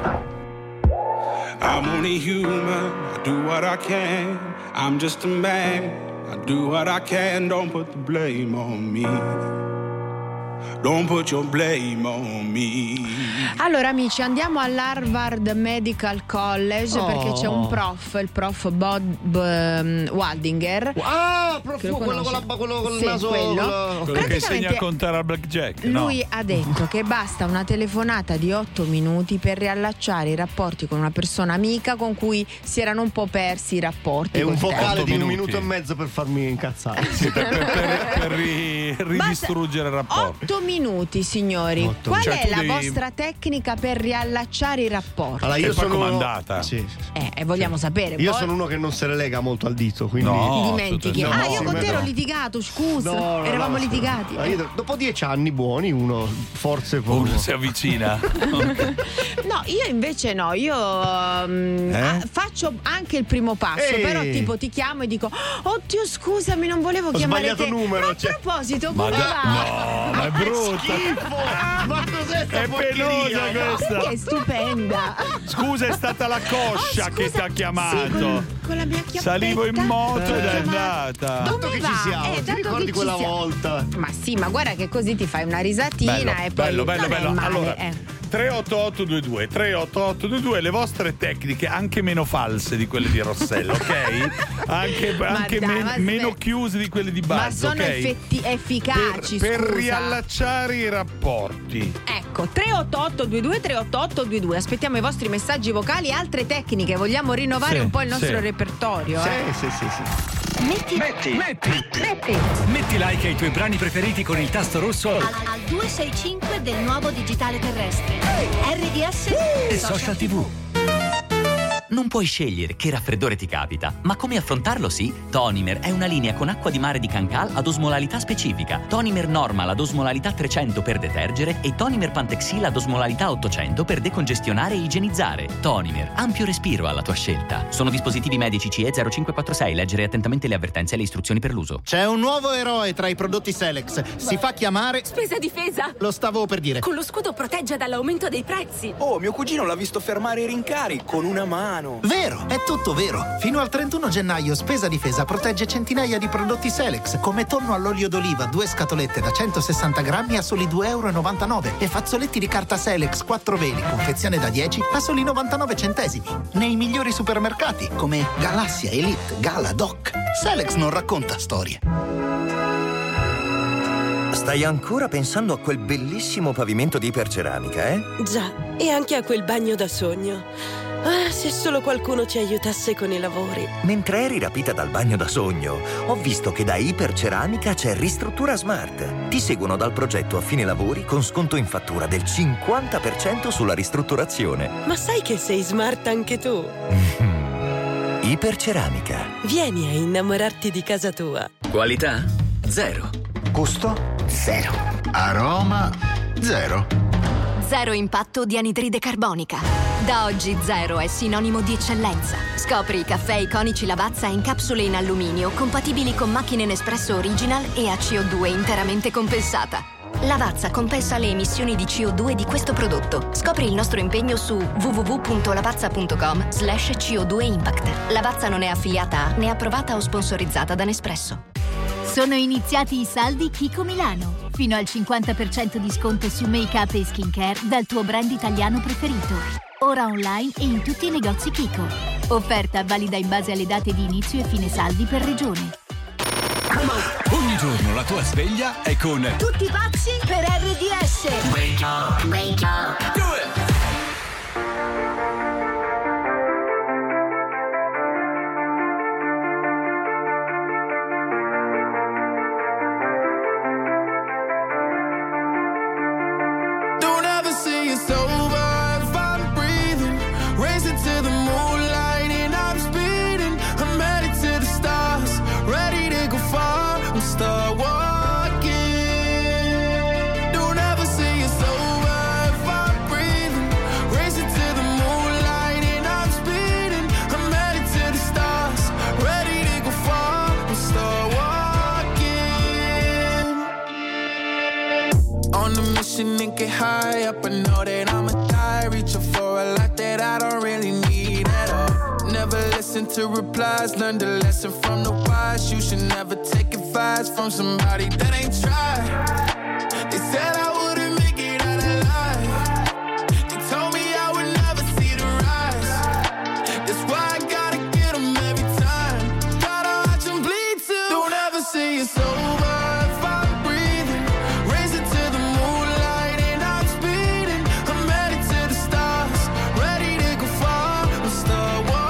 I'm only human. I do what I can. I'm just a man. I do what I can. Don't put the blame on me. Don't put your blame on me.
Allora amici, andiamo all'Harvard Medical College
Oh.
perché c'è un prof, il prof Bob um, Waldinger.
Ah, prof,
Che lo
quello con, la,
conosci?
quello con il
Sì,
naso.
quello.
quello-
Quello che insegna a
Praticamente
contare al blackjack. No.
Lui ha detto che basta una telefonata di otto minuti per riallacciare i rapporti con una persona amica con cui si erano un po' persi i rapporti.
E un
col
vocale
tempo.
di un
minuti.
minuto e mezzo per farmi incazzare.
Sì, per, per- per- per ri- ridistruggere il rapporto.
Otto minuti, signori.
Otto
Qual
Cioè,
è
tu
la
devi-
vostra tecnica per riallacciare i rapporti?
Allora,
E
io
poi
sono
comandata.
Sì.
Eh, e vogliamo sapere.
Io
poi
sono uno che non se le lega molto al dito, quindi
No.
ti dimentichi.
no,
ah, io
sì,
con
ma
te
no.
ero litigato, scusa.
No, no,
Eravamo
no,
litigati.
no, io dopo dieci anni buoni, uno forse può.
Uno si avvicina.
No, io invece no, io um,
Eh?
ah, faccio anche il primo passo,
Ehi.
però tipo ti chiamo e dico oddio scusami, non volevo
Ho
chiamare
sbagliato
te.
numero,
Ma a
cioè.
proposito,
Ma
come
da-
va?
no, ma è brutta.
Schifo! Ma cos'è sta
È penosa
porcheria?
questa.
Perché è stupenda.
Scusa, è stata la coscia
Oh,
che
scusa,
ti ha chiamato.
sì, con, con la mia chiappetta.
Salivo in moto
Ti ho
ed è
chiamato.
andata.
Tanto
Come
che
va?
ci siamo,
Eh,
ti
tanto
ricordi
che ci
quella
siamo.
volta?
Ma sì, ma guarda che così ti fai una risatina
Bello,
e poi
bello, bello,
non
bello.
è male,
Allora,
eh.
tre otto otto due due tre otto otto due due, le vostre tecniche anche meno false di quelle di Rossella, ok? Anche, anche
dai,
men-
ma
meno
sve-
chiuse di quelle di Buzz,
Ma sono
ok?
effetti- efficaci,
per, per
scusa.
riallacciare i rapporti.
Ecco, tre otto otto due due tre otto otto due due. Aspettiamo i vostri messaggi vocali, altre tecniche. Vogliamo rinnovare
Sì,
un po' il nostro
sì.
repertorio,
Sì,
eh?
sì, sì, sì.
Metti,
Metti, metti,
metti
metti like ai tuoi brani preferiti con il tasto rosso
al, al due sei cinque del nuovo digitale terrestre. R D S
e Social tivù.
Non puoi scegliere che raffreddore ti capita, ma come affrontarlo sì? Tonimer è una linea con acqua di mare di Cancal ad osmolarità specifica. Tonimer Normal ad osmolarità trecento per detergere e Tonimer Pantexil ad osmolarità ottocento per decongestionare e igienizzare. Tonimer, ampio respiro alla tua scelta. Sono dispositivi medici C E zero cinque quattro sei. Leggere attentamente le avvertenze e le istruzioni per l'uso.
C'è un nuovo eroe tra i prodotti Selex. Si fa chiamare...
Spesa difesa!
Lo stavo per dire.
Con lo scudo protegge dall'aumento dei prezzi.
Oh, mio cugino l'ha visto fermare i rincari con una mano.
Vero, è tutto vero. Fino al trentuno gennaio Spesa Difesa protegge centinaia di prodotti Selex, come tonno all'olio d'oliva, due scatolette da centosessanta grammi a soli due e novantanove euro e fazzoletti di carta Selex quattro veli, confezione da dieci a soli novantanove centesimi. Nei migliori supermercati come Galassia, Elite, Gala, Doc. Selex non racconta storie.
Stai ancora pensando a quel bellissimo pavimento di iperceramica, eh?
Già, e anche a quel bagno da sogno. Ah, se solo qualcuno ci aiutasse con i lavori.
Mentre eri rapita dal bagno da sogno, ho visto che da Iperceramica c'è Ristruttura Smart. Ti seguono dal progetto a fine lavori con sconto in fattura del cinquanta per cento sulla ristrutturazione.
Ma sai che sei smart anche tu?
Iperceramica.
Vieni a innamorarti di casa tua.
Qualità? Zero.
Gusto? Zero. Aroma? Zero.
Zero impatto di anidride carbonica. Da oggi Zero è sinonimo di eccellenza. Scopri i caffè iconici Lavazza in capsule in alluminio compatibili con macchine Nespresso Original e a C O due interamente compensata. Lavazza compensa le emissioni di C O due di questo prodotto. Scopri il nostro impegno su w w w punto lavazza punto com slash C O due impact. Lavazza non è affiliata a né approvata o sponsorizzata da Nespresso.
Sono iniziati i saldi Kiko Milano. Fino al cinquanta per cento di sconto su make-up e skincare dal tuo brand italiano preferito. Ora online e in tutti i negozi Kiko. Offerta valida in base alle date di inizio e fine saldi per regione.
Ogni giorno la tua sveglia è con
Tutti pazzi per R D S.
Wake up, wake up, do it!
Start walking. Don't ever say it's over if I'm breathing. Racing to the moonlight and I'm speeding. I'm headed to the stars, ready to go far. We'll start walking. On a mission and get high up. I know that I'ma die, reaching for a lot that I don't really need at all. Never listen to replies, learn the lesson from the wise. You should never take advice from somebody that ain't tried. They said I wouldn't make it out alive. They told me I would never see the rise. That's why I gotta get them every time. Gotta watch them bleed too. Don't ever say it's over if I'm breathing. Racing to the moonlight and I'm speeding. I'm headed to the stars, ready to go far. We'll start walking.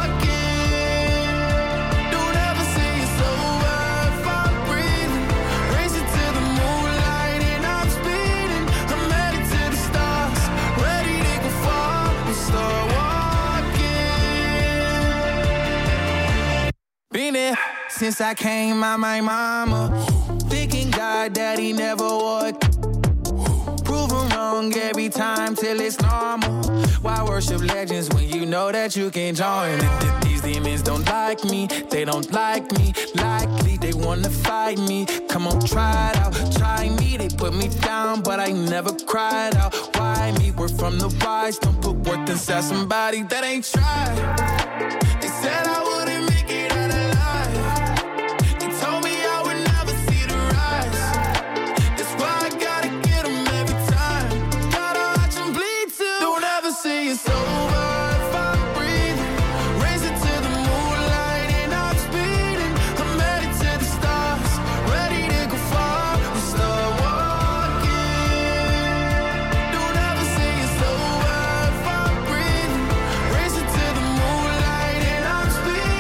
Been there since I came out my mama. Thinking God that he never would. Proven wrong every time till it's normal. Why worship legends when you know that you can't join? These demons don't like me, they don't like me. Likely they wanna fight me. Come on, try it out, try me. They put me down, but I never cried out. Why me? We're from the wise. Don't put worth inside somebody that ain't tried. They said I wouldn't make it out alive. They told me I would never see the rise. That's why I gotta get them every time. Gotta watch them bleed too. Don't ever say it's over if I'm breathing. Racing to the moonlight and I'm speeding. I'm headed to the stars, ready to go far. We'll start walking. Don't ever say it's over if I'm breathing. Racing to the moonlight and I'm speeding.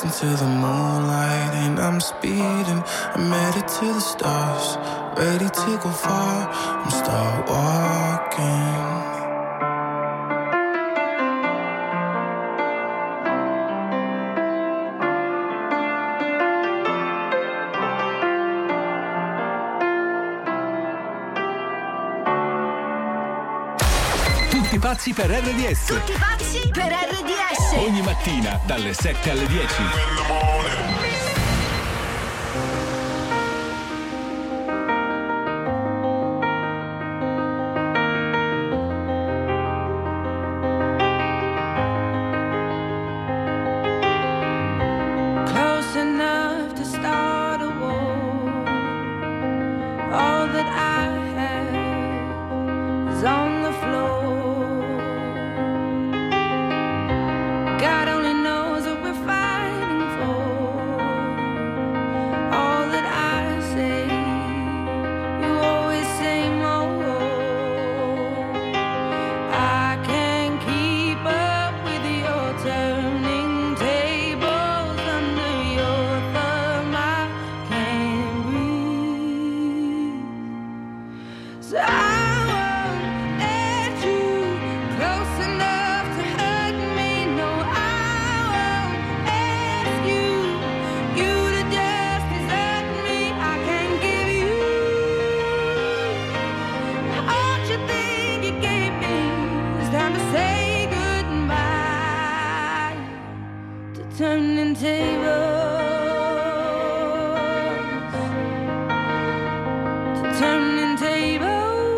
racing to the moonlight and I'm speeding. I'm headed to the stars, ready to go far. I'm start walking.
Tutti pazzi per R D S.
Tutti pazzi per R D S.
Ogni mattina dalle sette alle dieci.
Close enough to start a war. All that I have is on the floor. God only knows what we're fighting for. All that I say, you always say more. I can't keep up with your turning tables under your thumb. I can't breathe. So I won't let you close enough to hurt me. No, I won't ask you, you to just desert me. I can't give you all you think you gave me. It's time to say goodbye to turning tables, to turning tables.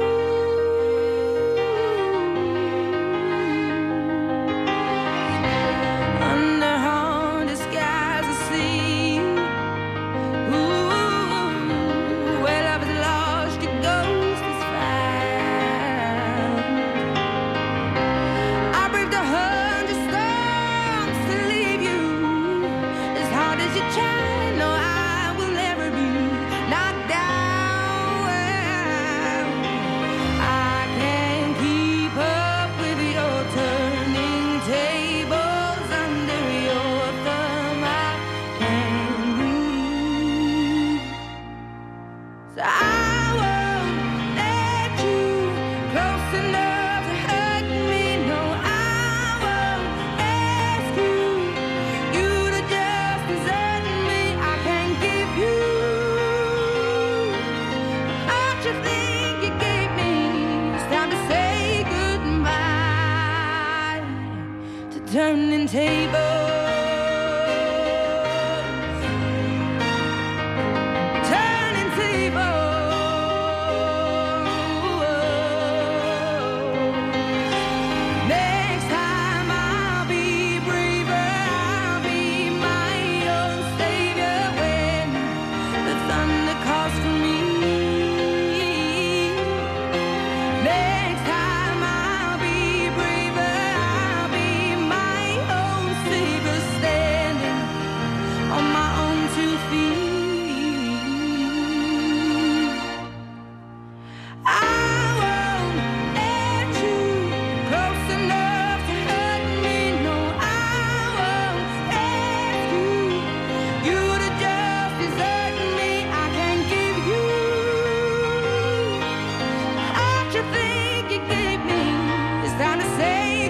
Under haunted skies I see. Ooh, where love is lost, your ghost is found. I braved a hundred storms to leave you. As hard as you try, no, I will never be knocked down. I can't keep up with your turning tables under your thumb. I can't breathe. So I won't let you close enough to hurt me. No, I won't ask you, you to just desert me. I can't give you all you think you gave me. It's time to say goodbye to turning tables. Turning tables. Next time I'll be braver. I'll be my own savior when the thunder calls for me. Next time I'll be braver. I'll be my own savior, standing on my own two feet. I won't let you close enough to hurt me. No, I won't ask you, you to just desert me. I can't give you all you think you gave me. It's time to say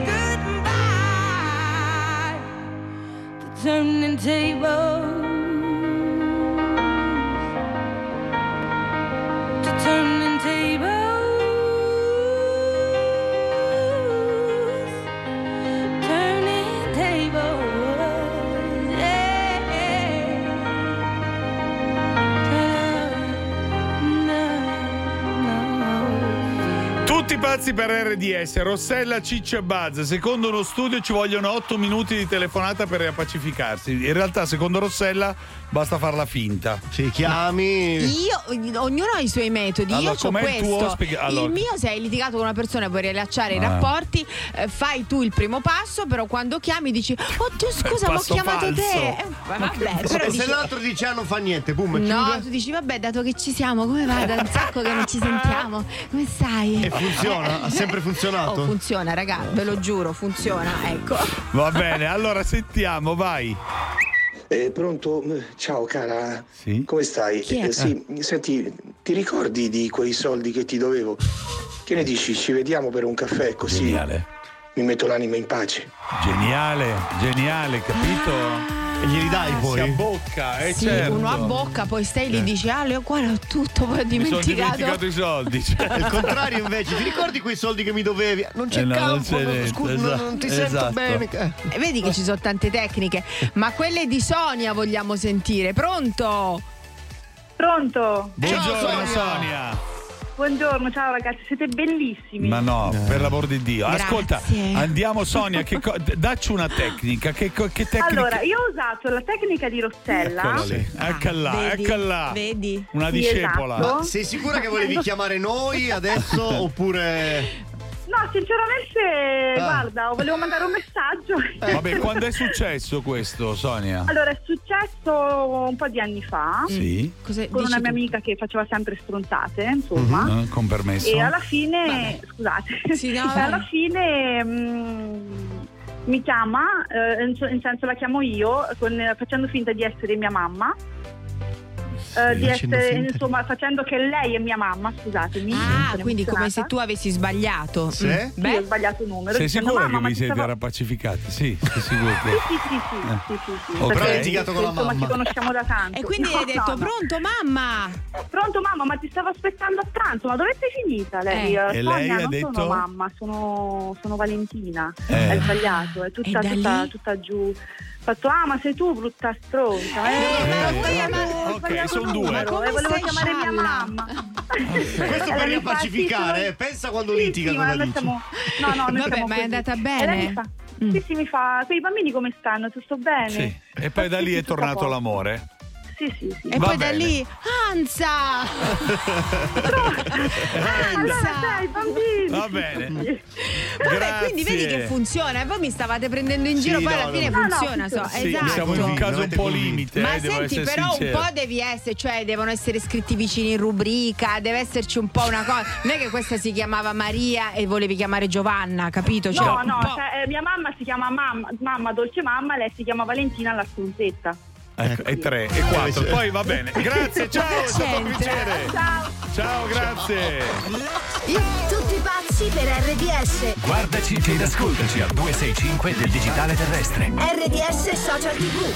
goodbye to turning tables, to turning tables, turning tables, yeah.
Tutti pazzi per R D S. Rossella, Ciccio e Buzz. Secondo uno studio ci vogliono otto minuti di telefonata per riappacificarsi. In realtà, secondo Rossella, basta farla finta.
Ci chiami.
Io, ognuno ha i suoi metodi.
Allora,
Io ho
com'è il
questo.
tuo? Spiega- allora.
Il mio, se hai litigato con una persona e vuoi riallacciare i
Ah.
rapporti, eh, fai tu il primo passo, però quando chiami dici: oddio, scusa, ma ho
Passo
chiamato
falso.
te. Eh, vabbè, però
E
dici,
se l'altro dice ah non fa niente, boom,
no,
chiude.
tu dici vabbè, dato che ci siamo, come va? Da un sacco che non ci sentiamo. Come stai?
E funziona? Ha sempre funzionato?
Oh, funziona, raga, ve lo giuro, funziona, ecco.
Va bene, allora sentiamo, vai.
Eh, pronto? Ciao cara.
Sì?
Come stai?
Chi è?
Eh, sì, senti, ti ricordi di quei soldi che ti dovevo? Che ne dici? Ci vediamo per un caffè così
Geniale.
mi metto l'anima in pace.
Geniale, geniale, capito?
E glieli dai poi?
Si abbocca, eh
Sì,
certo.
uno a bocca, poi stai lì e dici, ah, Leo, guarda, ho tutto, poi ho
Mi sono
dimenticato.
dimenticato i soldi. Cioè.
È il contrario invece, ti ricordi quei soldi che mi dovevi? Non c'è
Eh no, non
campo,
c'è niente,
scusa, non-
esatto,
non ti
esatto.
sento bene.
E vedi che ci sono tante tecniche, ma quelle di Sonia vogliamo sentire. Pronto?
Pronto?
Buongiorno
Sonia.
Sonia.
Buongiorno, ciao ragazzi, siete bellissimi.
Ma no, per l'amor di Dio.
Grazie.
Ascolta, andiamo Sonia, che co- dacci una tecnica. Che, co- che tecnica?
Allora, io ho usato la tecnica di Rossella.
Eccola lì, eccola,
vedi,
eccola.
vedi?
Una
Sì,
discepola.
esatto.
Ma sei sicura che volevi chiamare noi adesso oppure...
No, sinceramente,
Ah.
guarda, volevo mandare un messaggio.
Vabbè, quando è successo questo, Sonia?
Allora, è successo un po' di anni fa.
Sì.
Cos'è?
Con
Dici
una mia
tu.
amica che faceva sempre stronzate, insomma.
Eh, con permesso.
E alla fine, scusate,
Sì, no,
e alla fine mm, mi chiama, eh, in, in senso la chiamo io, con- facendo finta di essere mia mamma. eh, di
facendo
essere,
finta.
insomma, facendo che lei è mia mamma, scusatemi.
Ah,
sono
quindi come se
emozionata.
tu avessi sbagliato.
Sì?
Mm.
Sì,
Beh,
ho sbagliato il numero.
Sei
dicendo,
sicura
"Mamma,
che
ma
vi
ti
siete
stavo-"
rapacificati? Sì, sei sicuro che...
Sì, sì, sì, sì, sì, sì, sì.
Ok.
Perché,
Però hai litigato con la
insomma,
mamma.
ci conosciamo da tanto.
E quindi
No,
hai detto,
no, no.
pronto mamma?
Pronto mamma, ma ti stavo aspettando a pranzo, ma dove sei finita lei?
Eh.
Eh,
E
Sonia,
lei ha
non
detto?
sono mamma, sono, sono Valentina.
Eh.
Hai sbagliato, è tutta,
E da
tutta,
lì?
tutta giù. Ho fatto, ah, ma sei tu, brutta stronza. Eh,
Eh,
ho sbagliato-
ok,
ho
ok,
sbagliato
son
il
due.
numero,
Come
e volevo
sei
chiamare mia
scialla?
mamma.
Questo
E
per
lei mi fa,
riappacificare,
sì,
eh. Pensa quando
sì,
litiga
sì,
con
ma
la
noi
Alice.
siamo... No, no, noi
Vabbè,
siamo
ma è
così.
andata
E lei
bene?
mi fa,
Mm.
sì, sì, mi fa, quei bambini come stanno? Tutto bene?
Sì. E poi da
Sì,
lì
sì,
è
tutto a
tornato
posto.
l'amore.
Sì, sì, sì.
E
Va
poi da
bene.
lì, Anza!
Ah, allora dai, bambini.
Va bene.
Vabbè,
Grazie.
quindi vedi che funziona e voi mi stavate prendendo in giro,
Sì,
poi
no,
alla fine
no,
no.
funziona.
No, no,
so,
Sì,
esatto.
siamo in un caso un
Avete
po'
convinto.
limite,
Ma
eh, devo
senti,
essere
però
sincero.
un po' devi essere, cioè devono essere scritti vicini in rubrica, deve esserci un po' una cosa. Non è che questa si chiamava Maria e volevi chiamare Giovanna, capito? Cioè,
No,
un
no,
po'-
cioè, eh, mia mamma si chiama mamma, mamma dolce mamma, lei si chiama Valentina la stronzetta.
Ecco, e tre, e quattro. Poi va bene. Grazie, ciao, è stato un piacere.
Ciao.
Ciao, grazie.
Tutti pazzi per R D S.
Guardaci ed ascoltaci al duecentosessantacinque del digitale terrestre.
R D S Social T V.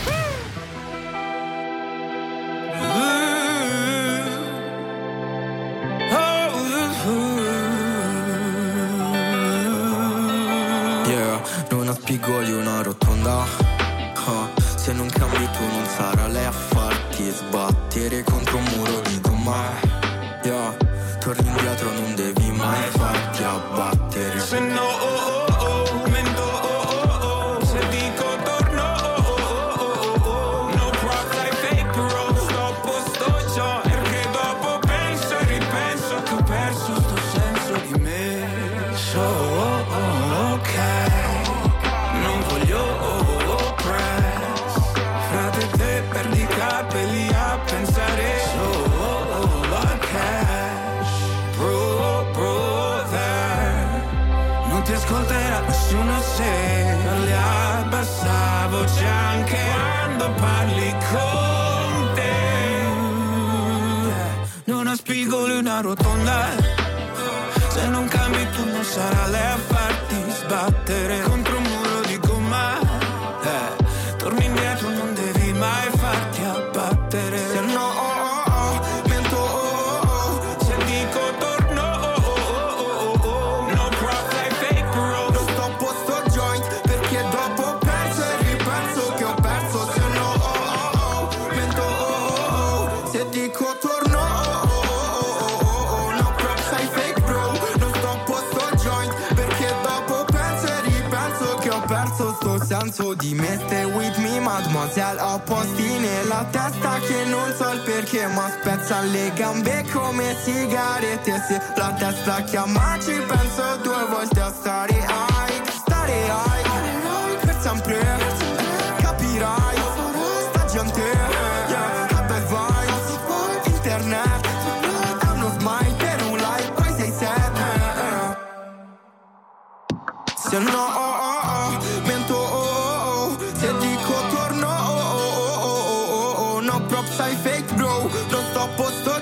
Yeah, non ha spigoli una rotonda. Ah, se non cambi tu non sarà lei a farti sbattere contro un muro di gomma. Yeah, torni indietro non devi mai farti abbattere.
Se no, oh, oh, oh, mento, oh, oh, oh. Se dico torno, oh, oh, oh, oh, oh. No props like fake bro. Sto posto già, perché dopo penso e ripenso che ho perso sto senso di me. So, oh, oh, ok. Non voglio oh, oh, press. Frate te perdi i capelli a pensare. So, oh, oh, la cash. Bro, brother. Non ti ascolterà nessuno se non li abbassa voce anche quando parli con te. Non ha spigoli una rotonda. Se non cambi tu non sarà lei a farti sbattere contro un muro di gomma. Eh, torni indietro non devi mai farti abbattere. Se no, oh, oh, oh, mento, oh, oh, oh. Se dico torno, oh, oh, oh, oh, oh. No props like fake bro.
Non sto a posto joint perché dopo penso e ripenso che ho perso. Se no, oh, oh, oh, mento, oh, oh, oh. Se dico torno, oh, oh, oh, oh, oh. No props ai fake bro. Non sto a posto joint perché dopo penso e ripenso che ho perso sto senso di me. Stay with me, mademoiselle. Ho posti nella testa che non so il perché, ma spezza le gambe come sigarette. Se la testa chiama ci penso due volte a stare high. Stare high per sempre, capirai. Sta gente, yeah, che bel vibe. Internet è uno smile per un like, poi sei sad. Se no, oh, oh, oh, mento, oh, oh, oh. Se dico torno, oh, oh, oh,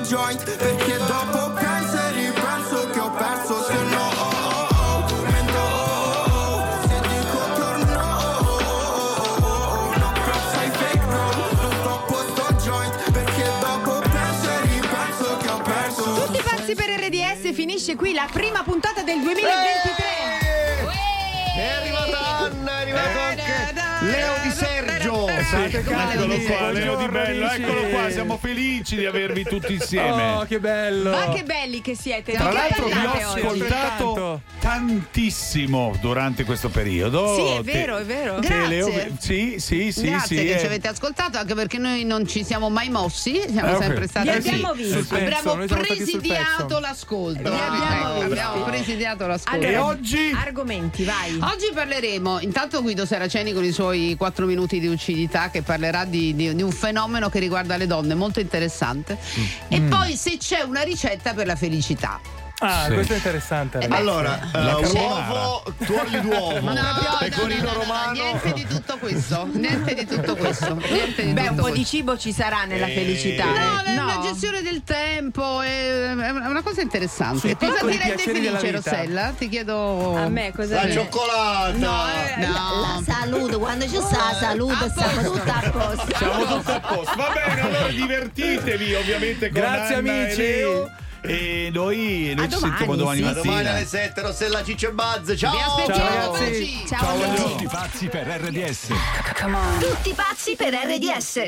joint, perché dopo penso e ripenso che ho perso, se no oh oh oh, mento oh oh oh, se dico torno oh oh oh oh, no penso ai fake roll, non troppo sto joint, perché dopo penso e ripenso che ho perso.
Tutti pazzi per R D S, finisce qui la prima puntata del duemilaventitré.
È arrivata Anna, è arrivato anche Leo Di Sergio.
Sì, eccolo qua, Leo Di Bello,
amici.
eccolo qua, siamo felici di avervi tutti insieme.
Oh, che bello.
Ma che belli che siete.
Tra
Che
l'altro vi ho
cantate oggi?
ascoltato tantissimo durante questo periodo.
Sì, è
Te-
vero, è vero.
te,
Grazie.
Leo, sì, sì, sì,
Grazie
sì.
che
eh.
ci avete ascoltato, anche perché noi non ci siamo mai mossi, siamo
Eh, ok.
sempre stati
Vi
così.
abbiamo visti.
Sul pezzo,
Abbiamo
noi siamo stati sul
presidiato
pezzo.
l'ascolto.
Vi abbiamo
Ecco,
visti.
abbiamo presidiato l'ascolto.
E oggi?
Argomenti, vai.
Oggi parleremo, intanto Guido Saraceni con i suoi quattro minuti di lucidità, che parlerà di, di- di un fenomeno che riguarda le donne, molto interessante. E
Mm.
poi se c'è una ricetta per la felicità.
Ah,
Sì.
questo è interessante.
Eh
ragazzi.
Allora,
La
eh,
carbonara.
uovo, tuorli d'uovo,
No,
pecorino
no, no, no,
romano.
niente di tutto questo, niente di tutto questo. Niente di
Beh,
tutto
un po'
questo.
di cibo ci sarà nella
Eh,
felicità.
No,
eh.
la, la gestione del tempo è, è una cosa interessante.
Sui
Cosa
piccoli
ti rende
piaceri della
felice,
vita.
Rossella? Ti chiedo.
A me cosa
La
è?
cioccolata.
No, eh,
No.
La salute, quando ci sta la salute siamo tutti a posto.
Siamo tutti a posto. Va bene, allora divertitevi ovviamente con
Grazie,
Anna
amici.
e Leo. E noi, noi
A
ci
domani,
sentiamo domani
sì,
A
mattina.
domani alle sette, Rossella Ciccio e Buzz. Ciao.
Vi aspettiamo,
Ciao, ragazzi.
amici.
Ciao,
Ciao,
amici.
Tutti pazzi per R D S.
Tutti pazzi per R D S.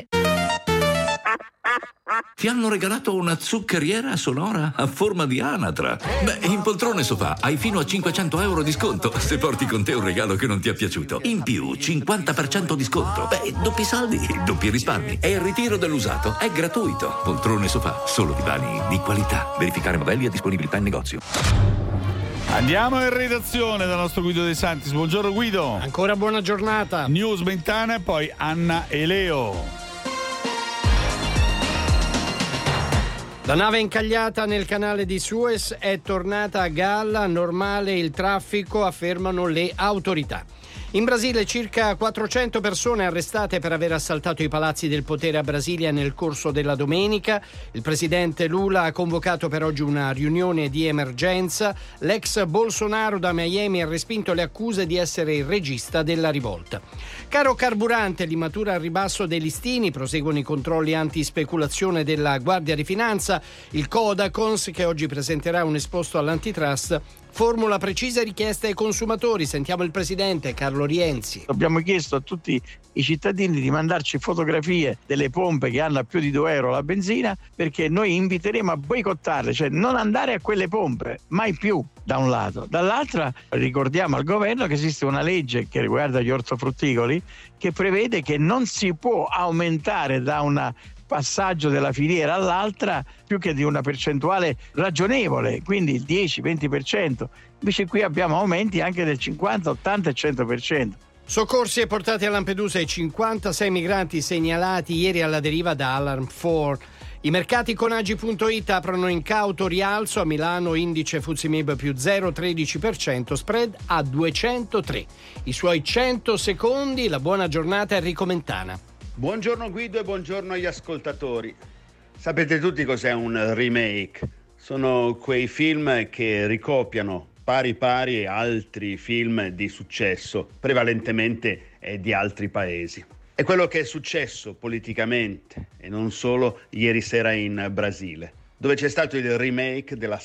Ti hanno regalato una zuccheriera sonora a forma di anatra? Beh, in Poltrone Sofà hai fino a cinquecento euro di sconto se porti con te un regalo che non ti è piaciuto. In più, cinquanta per cento di sconto. Beh, doppi saldi, doppi risparmi. E il ritiro dell'usato è gratuito. Poltrone Sofà, solo divani di qualità. Verificare modelli e disponibilità in negozio.
Andiamo in redazione dal nostro Guido De Santis. Buongiorno Guido.
Ancora buona giornata.
News Mentana e poi Anna e Leo.
La nave incagliata nel canale di Suez è tornata a galla, normale il traffico, affermano le autorità. In Brasile circa quattrocento persone arrestate per aver assaltato i palazzi del potere a Brasilia nel corso della domenica. Il presidente Lula ha convocato per oggi una riunione di emergenza. L'ex Bolsonaro da Miami ha respinto le accuse di essere il regista della rivolta. Caro carburante, l'immatura al ribasso dei listini, proseguono i controlli antispeculazione della Guardia di Finanza. Il Codacons, che oggi presenterà un esposto all'antitrust, formula precise richieste ai consumatori. Sentiamo il presidente Carlo Rienzi.
Abbiamo chiesto a tutti i cittadini di mandarci fotografie delle pompe che hanno a più di due euro la benzina, perché noi inviteremo a boicottarle, cioè non andare a quelle pompe, mai più, da un lato. Dall'altra ricordiamo al governo che esiste una legge che riguarda gli ortofrutticoli che prevede che non si può aumentare da una passaggio della filiera all'altra più che di una percentuale ragionevole, quindi il dieci venti per cento. Invece qui abbiamo aumenti anche del cinquanta, ottanta e cento per cento.
Soccorsi e portati a Lampedusa i cinquantasei migranti segnalati ieri alla deriva da Alarm quattro. I mercati con agi punto it aprono in cauto rialzo. A Milano indice Fuzimib più zero virgola tredici per cento, spread a duecentotre. I suoi cento secondi, la buona giornata a Enrico Mentana.
Buongiorno Guido e buongiorno agli ascoltatori. Sapete tutti cos'è un remake? Sono quei film che ricopiano pari pari altri film di successo, prevalentemente eh, di altri paesi. È quello che è successo politicamente e non solo ieri sera in Brasile, dove c'è stato il remake della